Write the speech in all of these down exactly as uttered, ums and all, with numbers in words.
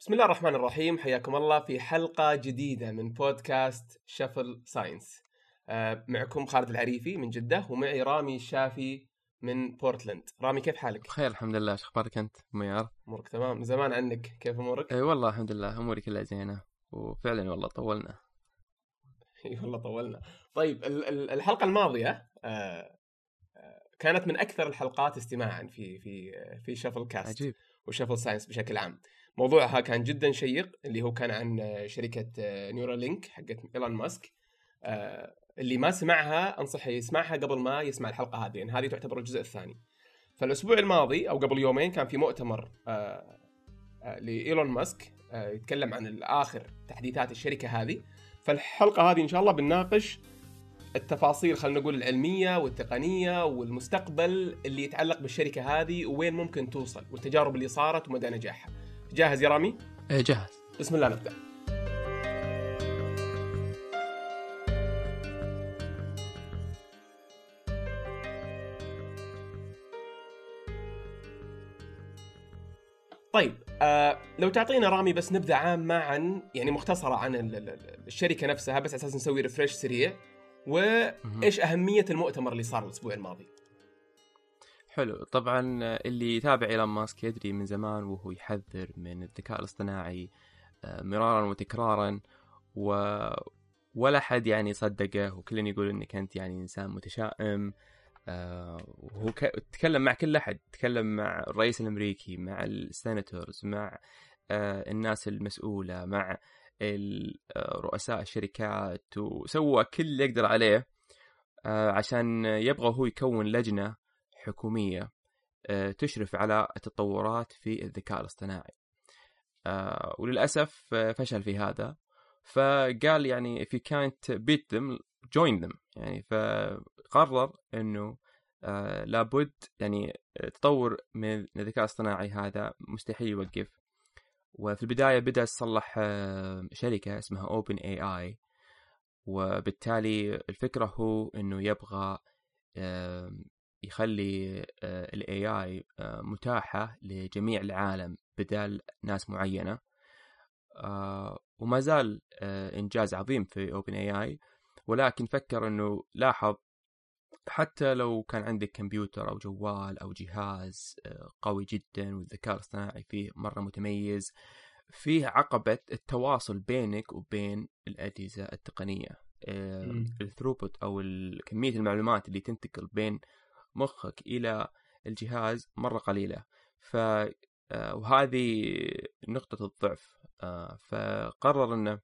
بسم الله الرحمن الرحيم. حياكم الله في حلقة جديدة من بودكاست شفل ساينس. معكم خالد العريفي من جدة، ومعي رامي الشافي من بورتلاند. رامي، كيف حالك؟ بخير الحمد لله. شو اخبارك انت ميار؟ امورك تمام؟ من زمان عنك، كيف امورك؟ اي والله الحمد لله اموري كلها زينه، وفعلا والله طولنا. اي والله طولنا. طيب الحلقة الماضية كانت من اكثر الحلقات استماعا في في في شفل كاست عجيب. وشفل ساينس بشكل عام. موضوعها كان جدا شيق، اللي هو كان عن شركة نيورالينك حقت إيلون ماسك. اللي ما سمعها أنصح يسمعها قبل ما يسمع الحلقة هذه، لأن هذه تعتبر الجزء الثاني. فالأسبوع الماضي أو قبل يومين كان في مؤتمر لإيلون ماسك يتكلم عن آخر تحديثات الشركة هذه. فالحلقة هذه إن شاء الله بنناقش التفاصيل، خلينا نقول العلمية والتقنية والمستقبل اللي يتعلق بالشركة هذه، وين ممكن توصل، والتجارب اللي صارت ومدى نجاحها. جاهز يا رامي؟ ايه جاهز. بسم الله نبدأ. طيب آه لو تعطينا رامي بس نبدأ عامة عن يعني مختصرة عن الشركة نفسها، بس أساس نسوي ريفريش سريع، وإيش أهمية المؤتمر اللي صار الأسبوع الماضي. حلو. طبعا اللي يتابع إيلون ماسك يدري من زمان وهو يحذر من الذكاء الاصطناعي مرارا وتكرارا، و ولا حد يعني صدقه، وكلن يقول انك انت يعني انسان متشائم. آه وهو ك... تكلم مع كل أحد، تكلم مع الرئيس الأمريكي، مع السيناتورز، مع آه الناس المسؤولة، مع رؤساء الشركات، وسوى كل اللي يقدر عليه آه عشان يبغى هو يكون لجنة حكومية آه تشرف على التطورات في الذكاء الاصطناعي. آه وللأسف آه فشل في هذا، فقال يعني if you can't beat them join them. يعني فقرر انه آه لابد يعني تطور من الذكاء الاصطناعي هذا مستحيل يوقف. وفي البداية بدأ يصلح آه شركة اسمها اوبن اي اي، وبالتالي الفكرة هو انه يبغى آه يخلي آه الاي اي آه متاحة لجميع العالم بدل ناس معينة. آه وما زال آه إنجاز عظيم في OpenAI، ولكن فكر أنه لاحظ حتى لو كان عندك كمبيوتر أو جوال أو جهاز آه قوي جدا والذكاء الاصطناعي فيه مرة متميز، فيه عقبة التواصل بينك وبين الأجهزة التقنية. آه الثروبوت أو كمية المعلومات اللي تنتقل بين مخك إلى الجهاز مرة قليلة. ف آه وهذه نقطة الضعف. آه فقرر انه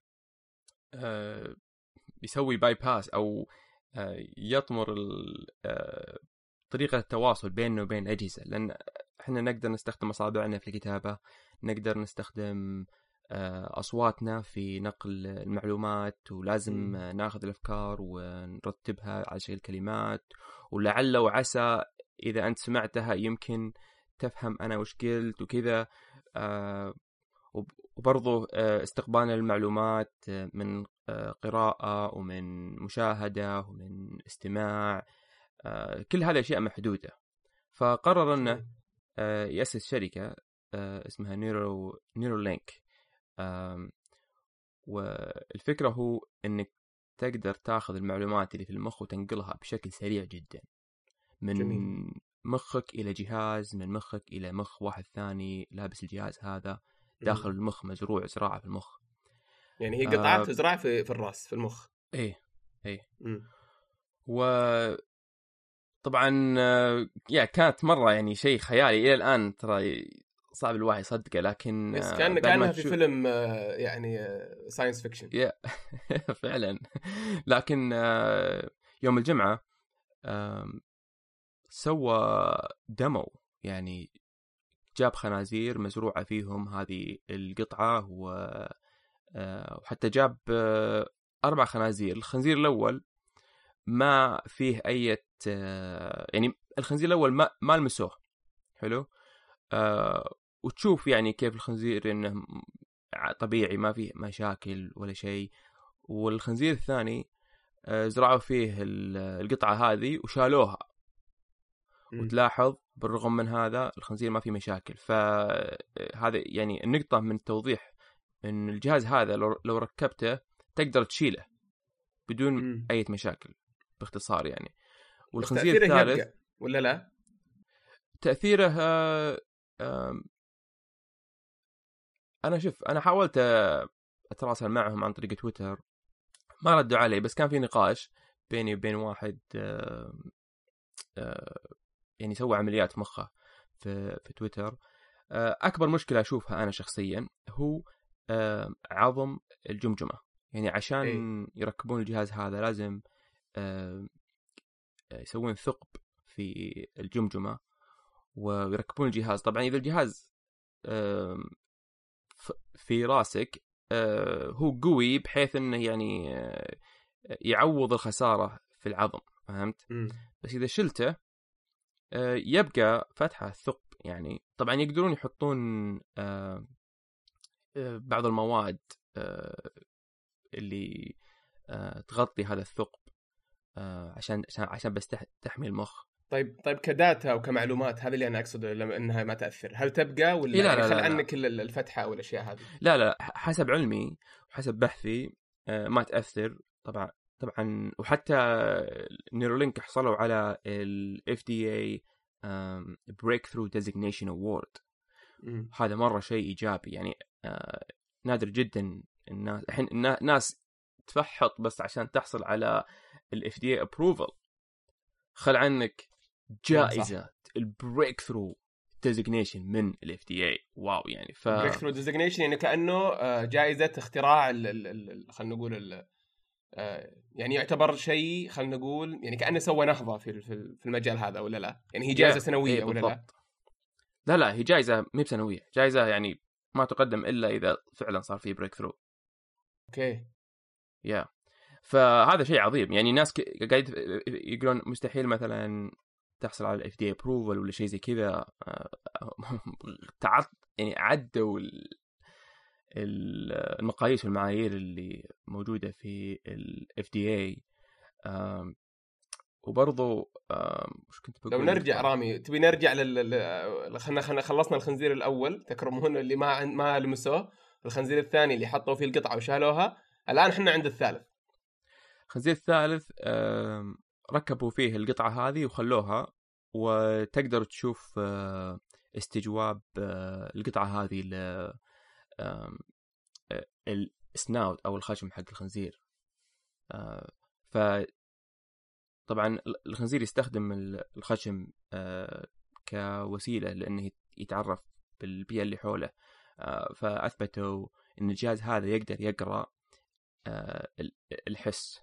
آه يسوي باي باس او آه يطمر آه طريقة التواصل بيننا وبين الأجهزة، لأن احنا نقدر نستخدم أصابعنا في الكتابة، نقدر نستخدم آه أصواتنا في نقل المعلومات، ولازم م. ناخذ الأفكار ونرتبها على شكل كلمات، ولعل وعسى إذا أنت سمعتها يمكن تفهم أنا وش قلت وكذا. آه وبرضو استقبال المعلومات من قراءة ومن مشاهدة ومن استماع، كل هذه أشياء محدودة. فقرر أنه يأسس شركة اسمها نيرو نيرولينك. والفكرة هو أنك تقدر تأخذ المعلومات اللي في المخ وتنقلها بشكل سريع جدا من جميل. مخك إلى جهاز، من مخك إلى مخ واحد ثاني لابس الجهاز هذا داخل المخ، مزروع زراعة في المخ. يعني هي قطعة آه تزرع في في الرأس في المخ. ايه ايه. و طبعا يا كانت مرة يعني شيء خيالي إلى الآن، ترى صعب الواحد يصدقه، لكن بس كان كانها في فيلم يعني ساينس فيكشن. فعلا. لكن يوم الجمعة سوى ديمو، يعني جاب خنازير مزروعة فيهم هذه القطعة، وحتى جاب أربع خنازير. الخنزير الأول ما فيه أي يعني الخنزير الأول ما ما لمسوه. حلو. أه وتشوف يعني كيف الخنزير إنه طبيعي، ما فيه مشاكل ولا شيء. والخنزير الثاني أه زرعوا فيه القطعة هذه وشالوها، وتلاحظ بالرغم من هذا الخنزير ما فيه مشاكل. فهذا يعني النقطة من توضيح إن الجهاز هذا لو لو ركبته تقدر تشيله بدون مم. أي مشاكل باختصار يعني. بس والخنزير تأثيره الثالث يبقى ولا لا؟ تأثيره آه، آم، أنا شوف أنا حاولت أتواصل معهم عن طريق تويتر، ما ردوا علي، بس كان في نقاش بيني وبين واحد آه، آه، يعني سوى عمليات في مخه في في تويتر. آه، أكبر مشكلة أشوفها أنا شخصيا هو آه، عظم الجمجمة. يعني عشان ايه يركبون الجهاز هذا لازم آه، يسوون ثقب في الجمجمة ويركبون الجهاز. طبعا إذا الجهاز آه، ف- في راسك آه، هو قوي بحيث انه يعني آه، يعوض الخسارة في العظم، فهمت؟ مم. بس اذا شلته آه، يبقى فتحة الثقب. يعني طبعا يقدرون يحطون آه، آه، بعض المواد آه، اللي آه، تغطي هذا الثقب آه، عشان عشان عشان بس تح- تحمي المخ. طيب طيب كداتا وكمعلومات، هذا اللي انا اقصده لما انها ما تاثر، هل تبقى إيه ولا لا يعني لا خل لا لا عنك ال- الفتحه او الاشياء هذه؟ لا لا ح- حسب علمي وحسب بحثي آه، ما تأثر طبعا. طبعا وحتى نيرولينك حصلوا على ال إف دي إيه آم، Breakthrough Designation Award. مم. هذا مرة شيء إيجابي يعني. آه، نادر جدا الناس الحين النا- ناس تفحط بس عشان تحصل على ال إف دي إيه Approval. خل عنك مم. صح. جائزة ال Breakthrough Designation من ال إف دي إيه. واو يعني. ف بريك ثرو ديزيجنيشن يعني كانه آه، جائزه اختراع ال- ال- ال- خلينا نقول ال- آه، يعني يعتبر شيء، خلينا نقول يعني كانه سوى نهضه في في في المجال هذا ولا لا؟ يعني هي جائزه يا ايه سنويه ولا لا؟ بالضبط. لا لا هي جائزة مي بسنوية، جائزة يعني ما تقدم إلا إذا فعلا صار في بريك ثرو. اوكي. يا فهذا شيء عظيم. يعني ناس ك- قاعد يقولون مستحيل مثلا تحصل على الاف دي ابروفل ولا شيء زي كذا. تعط يعني عدوا ال- ال- المقاييس والمعايير اللي موجودة في الاف دي اي. وبرضو آم، وش كنت لو بقول لك؟ نرجع طيب رامي، تبي نرجع لل خلنا خلنا خلصنا الخنزير الاول تكرمون اللي ما عن- ما لمسوه، الخنزير الثاني اللي حطوا فيه القطعه وشالوها، الان احنا عند الثالث. الخنزير الثالث آم، ركبوا فيه القطعة هذه وخلوها، وتقدر تشوف آه، استجواب آه، القطعة هذه ل آم، آه، السناوت أو الخشم حق الخنزير. آه، فطبعا الخنزير يستخدم ال- الخشم آه، كوسيلة لأنه يتعرف بالبيئة اللي حوله. آه، فأثبتوا أن الجهاز هذا يقدر يقرأ آه، ال- الحس،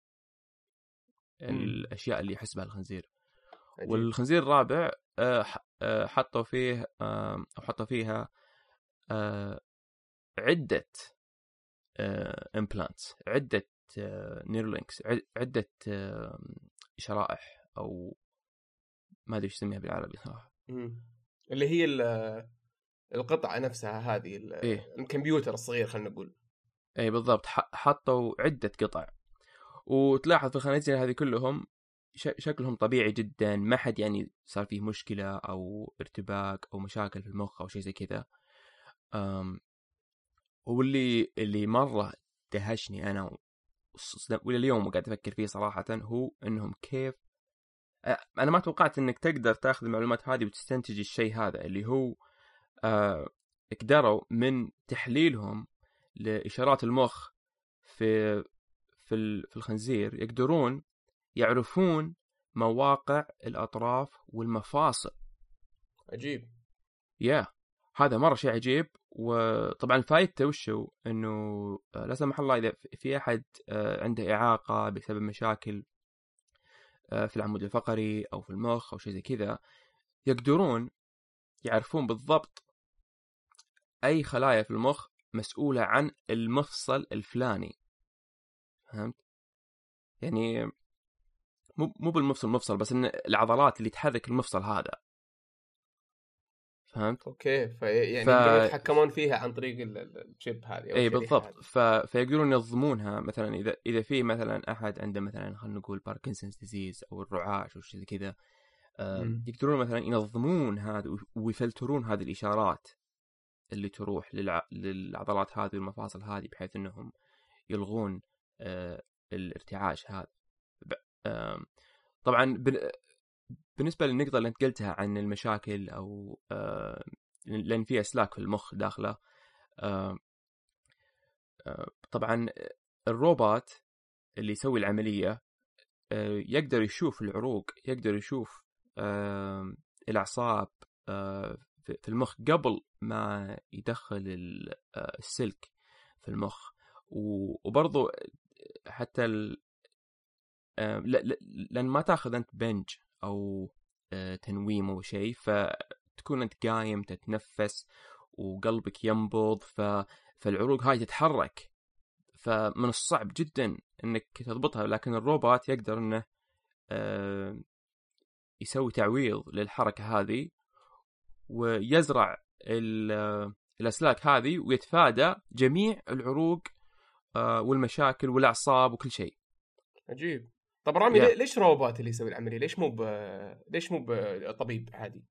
امم الأشياء اللي يحس بها الخنزير. عجيب. والخنزير الرابع آه، ح- آه، حطوا فيه آه، أو حطوا فيها آه، عدة امبلانتس، عدة نيرلينكس، عدة آه، شرائح أو ما أدري إيش اسميها بالعربي صراحة. امم اللي هي ال- القطعه نفسها هذه ال- إيه الكمبيوتر الصغير خلينا نقول. إيه بالضبط. ح- حطوا عدة قطع، وتلاحظ في الخنازير هذه كلهم ش- شكلهم طبيعي جدا، ما حد يعني صار فيه مشكلة أو ارتباك أو مشاكل في المخ أو شيء زي كذا. أم، واللي اللي مرة دهشني أنا وص- وإلى اليوم قاعد أفكر فيه صراحة هو إنهم كيف أ- أنا ما توقعت إنك تقدر تأخذ المعلومات هذه وتستنتج الشيء هذا اللي هو آه، قدروا من تحليلهم لإشارات المخ في في ال- في الخنزير يقدرون يعرفون مواقع الأطراف والمفاصل. عجيب. يا هذا مرة شيء عجيب. وطبعا فايدته وشو انه آه، لا سمح الله اذا في احد آه، عنده اعاقة بسبب مشاكل آه، في العمود الفقري او في المخ او شيء زي كذا، يقدرون يعرفون بالضبط اي خلايا في المخ مسؤولة عن المفصل الفلاني. فهمت؟ يعني مو مو بالمفصل مفصل بس ان العضلات اللي تحرك المفصل هذا. فهمت؟ اوكي، فيعني ف يقدرون يتحكمون فيها عن طريق ال- ال- الشيب هذه او اي الشريحه بالضبط. هذه. ف... فيقدرون ينظمونها. مثلا اذا اذا في مثلا احد عنده مثلا خلينا نقول باركنسونز ديزيز او الرعاش او شيء زي كذا، آه، مم. يقدرون مثلا ينظمون هذا ويفلترون هذه الاشارات اللي تروح للع... للعضلات هذه والمفاصل هذه بحيث أنهم يلغون آه الارتعاش هذا. ب... آه طبعا ب... بالنسبة للنقطة اللي أنت قلتها عن المشاكل أو آه لأن في أسلاك في المخ داخله، آه آه طبعا الروبوت اللي يسوي العملية آه يقدر يشوف العروق، يقدر يشوف آه الأعصاب آه في المخ قبل ما يدخل السلك في المخ. وبرضو حتى ال... لأن ما تأخذ أنت بنج أو تنويم أو شيء، فتكون أنت قايم تتنفس وقلبك ينبض، ف... فالعروق هاي تتحرك، فمن الصعب جدا أنك تضبطها. لكن الروبوت يقدر أنه يسوي تعويض للحركة هذه ويزرع الأسلاك هذه ويتفادى جميع العروق والمشاكل والأعصاب وكل شيء. عجيب. طب رامي yeah. ليش روبوت اللي يسوي العملية؟ ليش مو ب... ليش مو بطبيب عادي؟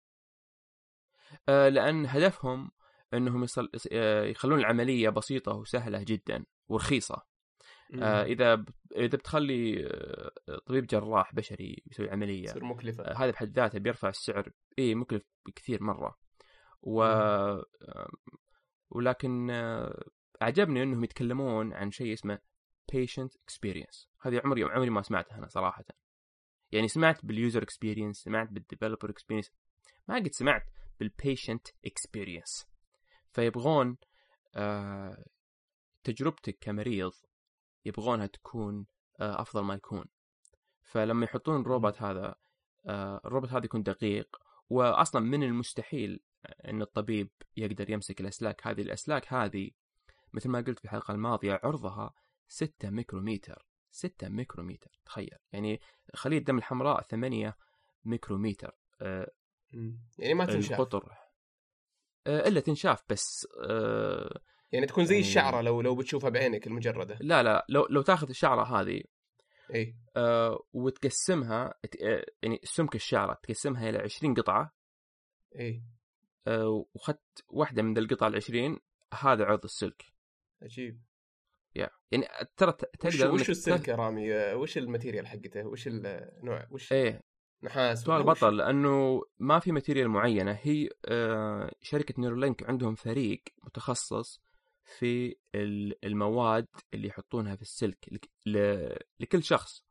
آه لأن هدفهم أنهم يصل... يخلون العملية بسيطة وسهلة جدا ورخيصة. آه إذا ب... إذا بتخلي طبيب جراح بشري يسوي عملية تصير مكلفة. آه هذا بحد ذاته بيرفع السعر، إيه مكلف بكثير مرة. و... آه ولكن آه أعجبني أنهم يتكلمون عن شيء اسمه patient experience. هذه عمري عمري ما سمعتها أنا صراحة. يعني سمعت بالuser experience، سمعت بالdeveloper experience، ما قد سمعت بالpatient experience. فيبغون آه تجربتك كمريض يبغونها تكون آه أفضل ما يكون. فلما يحطون الروبوت هذا آه الروبوت هذا يكون دقيق، وأصلا من المستحيل أن الطبيب يقدر يمسك الأسلاك هذه. الأسلاك هذه مثل ما قلت في الحلقة الماضية عرضها ستة ميكرومتر. ستة ميكرومتر، تخيل. يعني خلية الدم الحمراء ثمانية ميكرومتر. آه يعني ما تنشاف القطر آه إلا تنشاف بس آه يعني تكون زي يعني الشعرة لو لو بتشوفها بعينك المجردة. لا لا لو لو تاخذ الشعرة هذه اي آه وتقسمها، آه يعني سمك الشعرة تقسمها إلى عشرين قطعة، اي آه وخدت واحدة من القطع العشرين، هذا عرض السلك. عجيب. يعني ترى تقدر وش السلك يا رامي؟ وش الماتيريال حقته؟ وش النوع؟ وش ايه نحاس؟ سؤال بطل، لأنه ما في ماتيريال معينة. هي آه شركة نيورولينك عندهم فريق متخصص في المواد اللي يحطونها في السلك لكل شخص.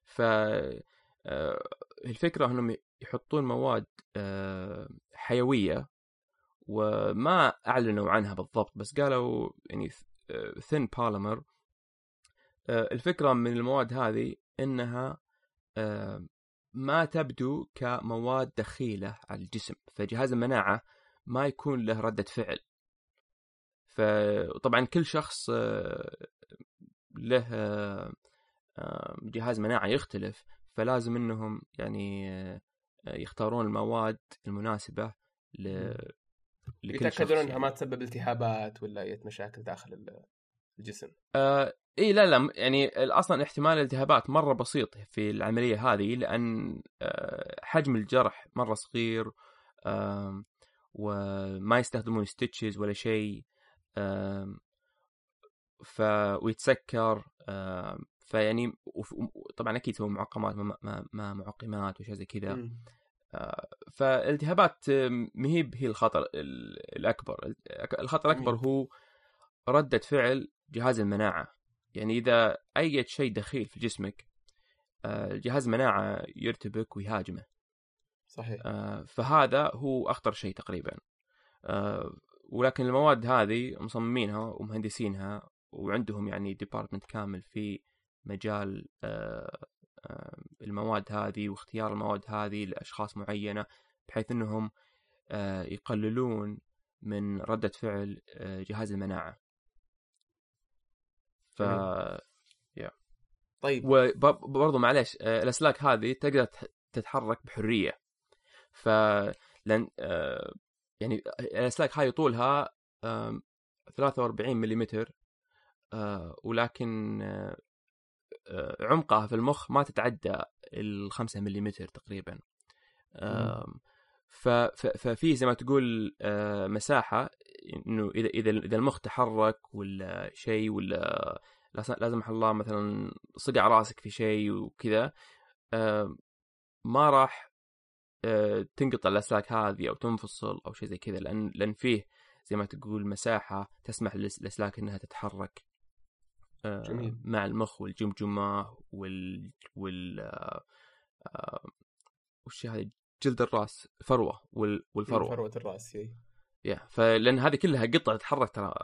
فالفكرة أنهم يحطون مواد آه حيوية، وما أعلنوا عنها بالضبط، بس قالوا يعني ثين بوليمر. الفكرة من المواد هذه إنها ما تبدو كمواد دخيلة على الجسم، فجهاز المناعة ما يكون له ردة فعل. فطبعا كل شخص له جهاز مناعة يختلف، فلازم إنهم يعني يختارون المواد المناسبة ل يتأكدون أنها ما تسبب التهابات ولا أي مشاكل داخل الجسم. آه إيه لا لا يعني أصلا احتمال الالتهابات مرة بسيط في العملية هذه، لأن آه حجم الجرح مرة صغير، آه وما يستخدمون ستيتشز ولا شيء، آه ف ويتسكر، آه فيعني طبعا أكيد هو معقمات ما, ما معقمات وشيء زي كذا. آه فالالتهابات مهيب هي الخطر الأكبر. الخطر الأكبر هو ردة فعل جهاز المناعة. يعني إذا أي شيء دخيل في جسمك آه جهاز المناعة يرتبك ويهاجمه. صحيح. آه فهذا هو أخطر شيء تقريبا. آه ولكن المواد هذه مصممينها ومهندسينها، وعندهم يعني ديبارتمنت كامل في مجال آه آه المواد هذه واختيار المواد هذه لأشخاص معينة، بحيث أنهم آه يقللون من ردة فعل آه جهاز المناعة. ف يا طيب وبرضه معلش آه الأسلاك هذه تقدر تتحرك بحرية. ف لأن آه يعني الأسلاك هاي طولها آه ثلاثة وأربعين مليمتر، آه ولكن آه عمقها في المخ ما تتعدى الخمسة مليمتر تقريبا. آه ففي زي ما تقول آه مساحة انه اذا اذا اذا المخ تحرك ولا شيء، ولا لا سمح الله مثلا صقع راسك في شيء وكذا، آه ما راح آه تنقطع الاسلاك هذه او تنفصل او شيء زي كذا، لان لان فيه زي ما تقول مساحه تسمح للاسلاك انها تتحرك آه جميل. مع المخ والجمجمه وال وال آه آه وش هذه جلد الراس، فروه وال والفروه، فروه الراس هي. يا فلان هذه كلها قطعه تتحرك ترى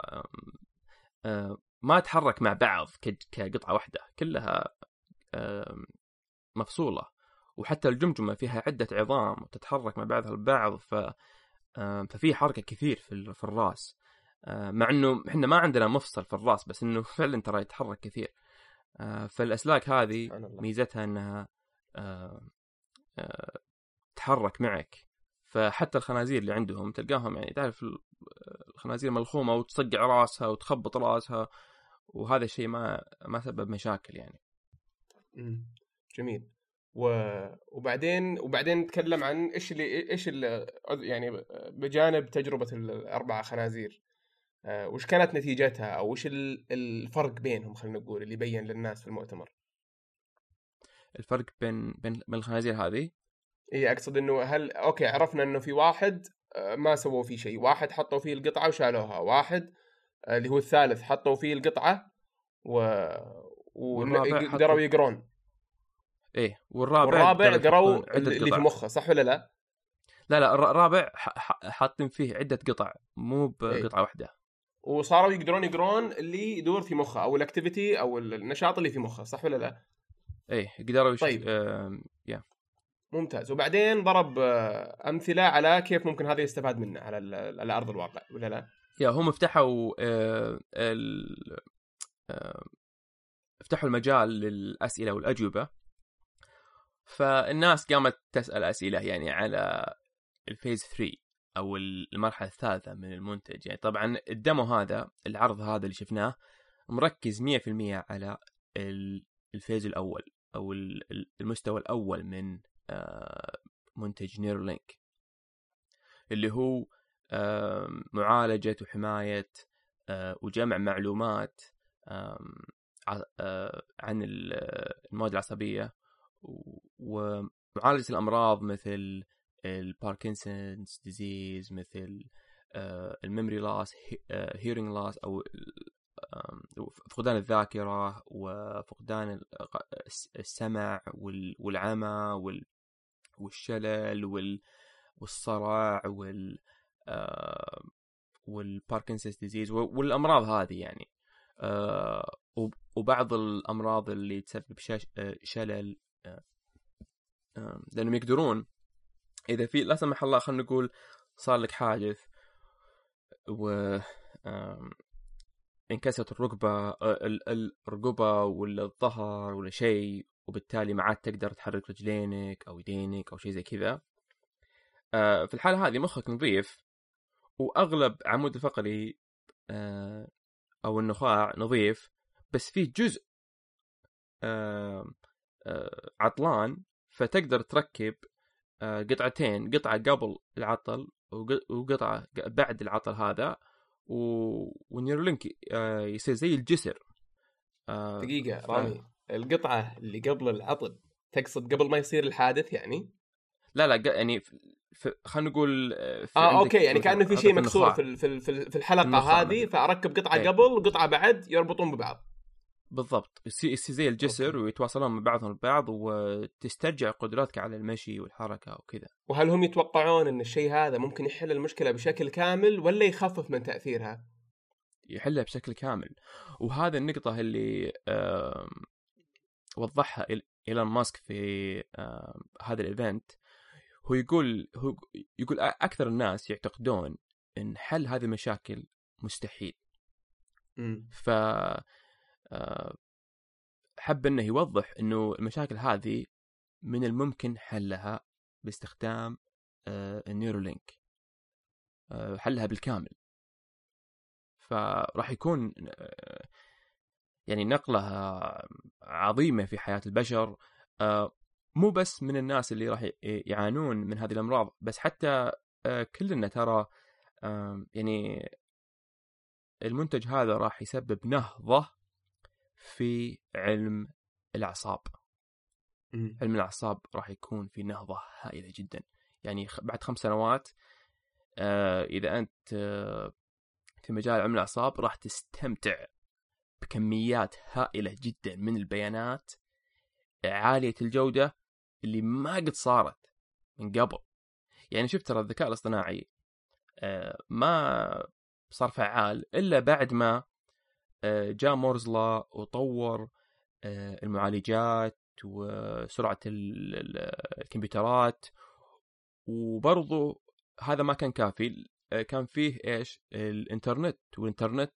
آه ما تتحرك مع بعض كقطعه واحده، كلها آه مفصوله، وحتى الجمجمه فيها عده عظام تتحرك مع بعضها البعض، ف آه ففي حركه كثير في في الراس، آه مع انه احنا ما عندنا مفصل في الراس، بس انه فعلا ترى يتحرك كثير. آه فالاسلاك هذه ميزتها انها آه آه تتحرك معك. فحتى الخنازير اللي عندهم تلقاهم يعني تعرف الخنازير ملخومه وتصقع راسها وتخبط راسها، وهذا الشيء ما ما سبب مشاكل يعني. امم جميل. وبعدين وبعدين نتكلم عن ايش اللي ايش اللي يعني بجانب تجربه الاربع خنازير، آه وش كانت نتيجتها، او وش الفرق بينهم، خلينا نقول اللي بين للناس في المؤتمر. الفرق بين بين الخنازير هذه، اي اقصد انه هل اوكي عرفنا انه في واحد ما سووا فيه شيء، واحد حطوا فيه القطعه وشالوها، واحد اللي هو الثالث حطوا فيه القطعه و وقدروا يقرون. ايه والرابع والرابع قروا اللي في مخه، صح ولا لا؟ لا لا الرابع حاطين فيه عده قطع مو بقطعه إيه؟ واحده، وصاروا يقدرون يقرون اللي يدور في مخه او الاكتيفيتي او النشاط اللي في مخه، صح ولا لا؟ ايه قدروا يش... طيب آه... يا ممتاز. وبعدين ضرب امثله على كيف ممكن هذا يستفاد منه على على ارض الواقع، ولا لا؟ يا هم فتحوا آه... ال... آه... فتحوا المجال للاسئله والاجوبه، فالناس قامت تسال اسئله يعني على الفيز ثلاثة او المرحله الثالثه من المنتج. يعني طبعا الدمو هذا، العرض هذا اللي شفناه مركز مية بالمية على الفيز الاول او المستوى الاول من منتج نيورالينك، اللي هو معالجه وحمايه وجمع معلومات عن المواد العصبيه ومعالجه الامراض مثل الباركنسونز ديزيز، مثل الميموري لاس، هيرينج لاس او فقدان الذاكره وفقدان السمع والعمى والشلل والصرع وال والباركنسونز ديزيز والامراض هذه يعني، وبعض الامراض اللي تسبب شلل، لانهم يقدرون اذا في لا سمح الله خلينا نقول صار لك حادث و انكسرت الركبه الركبه ولا الظهر ولا شيء، وبالتالي ما عاد تقدر تحرك رجلينك او يدينك او شيء زي كذا، في الحاله هذه مخك نظيف واغلب عمود الفقري او النخاع نظيف، بس فيه جزء عطلان، فتقدر تركب قطعتين، قطعة قبل العطل وقطعة بعد العطل هذا، والنيورالينك يصير زي الجسر. دقيقة ف... رامي، القطعة اللي قبل العطل تقصد قبل ما يصير الحادث يعني؟ لا لا يعني خلينا نقول اه اوكي، يعني كأنه في شيء مكسور في في في الحلقة هذه، فأركب قطعة ايه. قبل وقطعة بعد يربطون ببعض. بالضبط، يصير زي الجسر أوكي. ويتواصلون مع بعضهم البعض وتسترجع قدراتك على المشي والحركة وكذا. وهل هم يتوقعون أن الشيء هذا ممكن يحل المشكلة بشكل كامل ولا يخفف من تأثيرها؟ يحلها بشكل كامل، وهذا النقطة اللي وضحها إيلون ماسك في هذا الإيفنت. هو يقول هو يقول أكثر الناس يعتقدون أن حل هذه المشاكل مستحيل. م. ف حب أنه يوضح أنه المشاكل هذه من الممكن حلها باستخدام النيورالينك، حلها بالكامل. فراح يكون يعني نقلة عظيمة في حياة البشر، مو بس من الناس اللي راح يعانون من هذه الأمراض، بس حتى كلنا ترى يعني المنتج هذا راح يسبب نهضة في علم الأعصاب. مم. علم الأعصاب راح يكون في نهضة هائلة جدا. يعني بعد خمس سنوات آه إذا أنت آه في مجال علم الأعصاب راح تستمتع بكميات هائلة جدا من البيانات عالية الجودة اللي ما قد صارت من قبل. يعني شفت ترى الذكاء الاصطناعي آه ما صار فعال إلا بعد ما آه جاء مورز لا وطور آه المعالجات وسرعة الكمبيوترات. وبرضو هذا ما كان كافي، كان فيه إيش الإنترنت، والإنترنت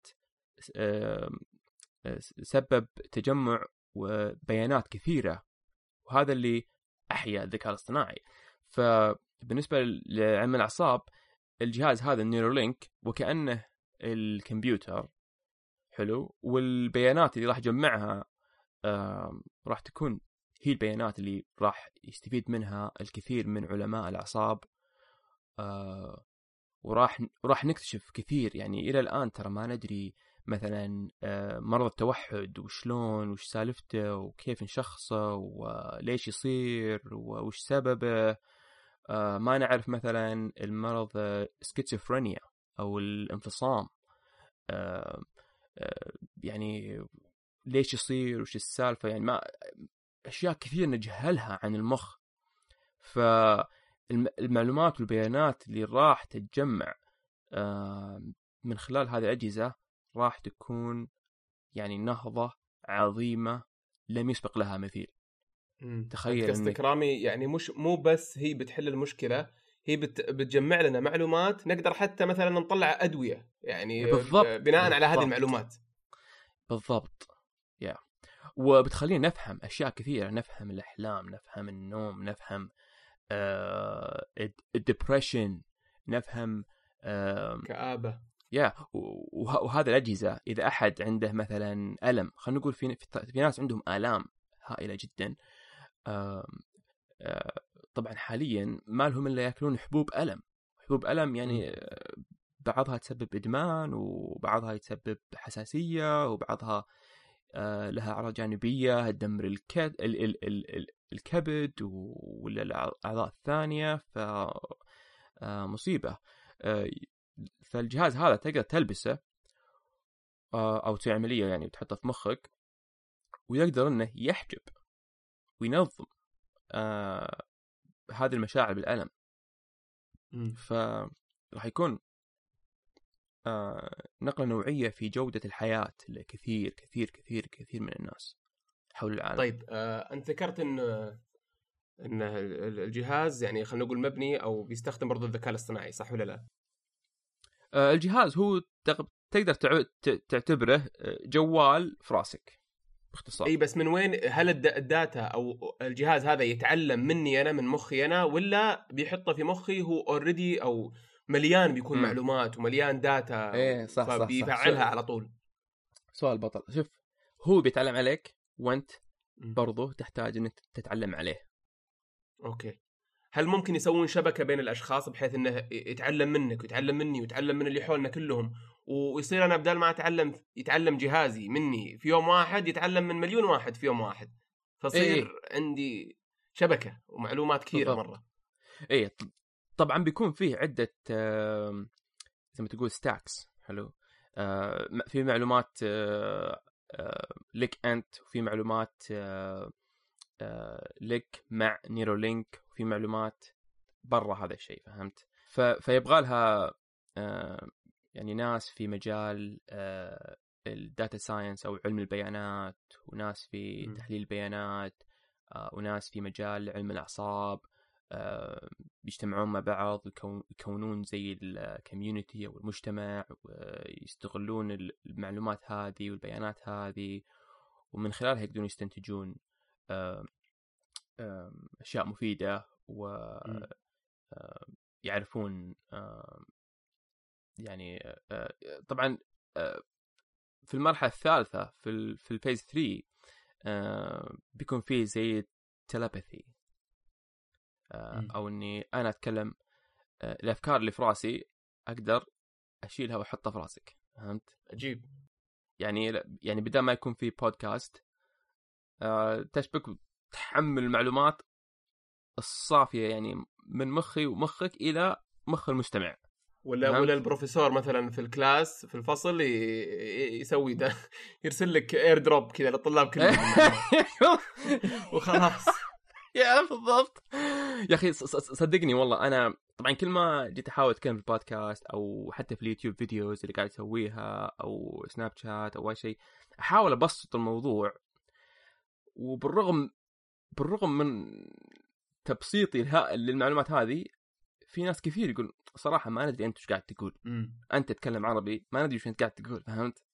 سبب تجمع وبيانات كثيرة، وهذا اللي أحيا الذكاء الاصطناعي. فبالنسبة لعلم الأعصاب الجهاز هذا النيورولينك وكأنه الكمبيوتر حلو، والبيانات اللي راح يجمعها راح تكون هي البيانات اللي راح يستفيد منها الكثير من علماء الأعصاب. آه وراح وراح نكتشف كثير. يعني إلى الآن ترى ما ندري مثلا آه مرض التوحد وشلون وش سالفته وكيف نشخصه وليش يصير وش سببه. آه ما نعرف مثلا المرض آه سكيزوفرينيا أو الانفصام، آه آه يعني ليش يصير وش السالفة. يعني ما أشياء كثير نجهلها عن المخ. فالمعلومات والبيانات اللي راح تتجمع من خلال هذه الأجهزة راح تكون يعني نهضة عظيمة لم يسبق لها مثيل. تخيل قصدك رامي، يعني مش مو بس هي بتحل المشكلة، هي بت بتجمع لنا معلومات نقدر حتى مثلا نطلع أدوية يعني بالضبط بناء بالضبط. على هذه المعلومات. بالضبط يا وبتخلينا نفهم أشياء كثيرة، نفهم الأحلام، نفهم النوم، نفهم آه الديبريشن، نفهم آه كآبة. يا وهذا الأجهزة إذا أحد عنده مثلا ألم، خلينا نقول في في ناس عندهم آلام هائلة جدا، آه آه طبعا حاليا ما لهم إلا يأكلون حبوب ألم. حبوب ألم يعني آه بعضها تسبب إدمان، وبعضها يسبب حساسية، وبعضها آه لها أعراض جانبية تدمر الكد ال ال ال ال الكبد ولا الأعضاء الثانية. ف آه مصيبة. آه فالجهاز هذا تقدر تلبسه آه أو تسوي عملية يعني وتحطه في مخك، ويقدر إنه يحجب وينظم آه هذه المشاعر بالألم. فراح يكون آه نقلة نوعية في جودة الحياة لكثير كثير كثير كثير من الناس حول العالم. طيب آه أنت ذكرت إن إن الجهاز يعني خلينا نقول مبني أو بيستخدم برضو الذكاء الاصطناعي، صح ولا لا؟ آه الجهاز هو تقدر تعتبره جوال في راسك باختصار. اي بس من وين؟ هل الداتا او الجهاز هذا يتعلم مني انا من مخي انا، ولا بيحطه في مخي هو اوريدي او مليان بيكون م. معلومات ومليان داتا ايه صح صح فبيفعلها صح. على طول؟ سؤال بطل. شوف هو بيتعلم عليك وانت برضو تحتاج انك تتعلم عليه. اوكي. هل ممكن يسوون شبكة بين الاشخاص بحيث انه يتعلم منك ويتعلم مني ويتعلم من اللي حولنا كلهم، ويصير انا بدل ما اتعلم يتعلم جهازي مني في يوم واحد يتعلم من مليون واحد في يوم واحد، فصير إيه؟ عندي شبكة ومعلومات كثيرة مرة. ايه طبعا بيكون فيه عدة زي ما تقول ستاكس. حلو. آه في معلومات آه آه لك انت، وفي معلومات آه آه لك مع نيرولينك، وفي معلومات برا هذا الشيء. فهمت؟ فيبغى لها آه يعني ناس في مجال آه الداتا ساينس او علم البيانات، وناس في م. تحليل البيانات، آه وناس في مجال علم الاعصاب، آه بيجتمعون مع بعض ويكونون زي الكوميونتي او المجتمع، ويستغلون المعلومات هذه والبيانات هذه، ومن خلالها يقدرون يستنتجون آه آه اشياء مفيده، و آه يعرفون آه يعني آه طبعا آه في المرحله الثالثه في في الفيز ثلاثة آه بيكون فيه زي تيلاباثي، آه او اني انا اتكلم آه الافكار اللي في راسي اقدر اشيلها واحطها في راسك. فهمت؟ عجيب. يعني يعني بدل ما يكون في بودكاست آه تشبك وتحمل المعلومات الصافية يعني من مخي ومخك إلى مخ المستمع. ولا فهمت؟ ولا البروفيسور مثلا في الكلاس في الفصل يسوي ده يرسل لك اير دروب كذا للطلاب كلهم وخلاص. يا بالضبط يا أخي صدقني والله أنا طبعا كل ما جيت أحاول أتكلم في البودكاست أو حتى في اليوتيوب فيديوز اللي قاعد أسويها أو سناب شات أو أي شيء أحاول أبسط الموضوع، وبالرغم بالرغم من تبسيطي الهائل للمعلومات هذه في ناس كثير يقول صراحة ما ندري أنت وش قاعد تقول. مم. أنت تتكلم عربي ما ندري وش أنت قاعد تقول. فهمت؟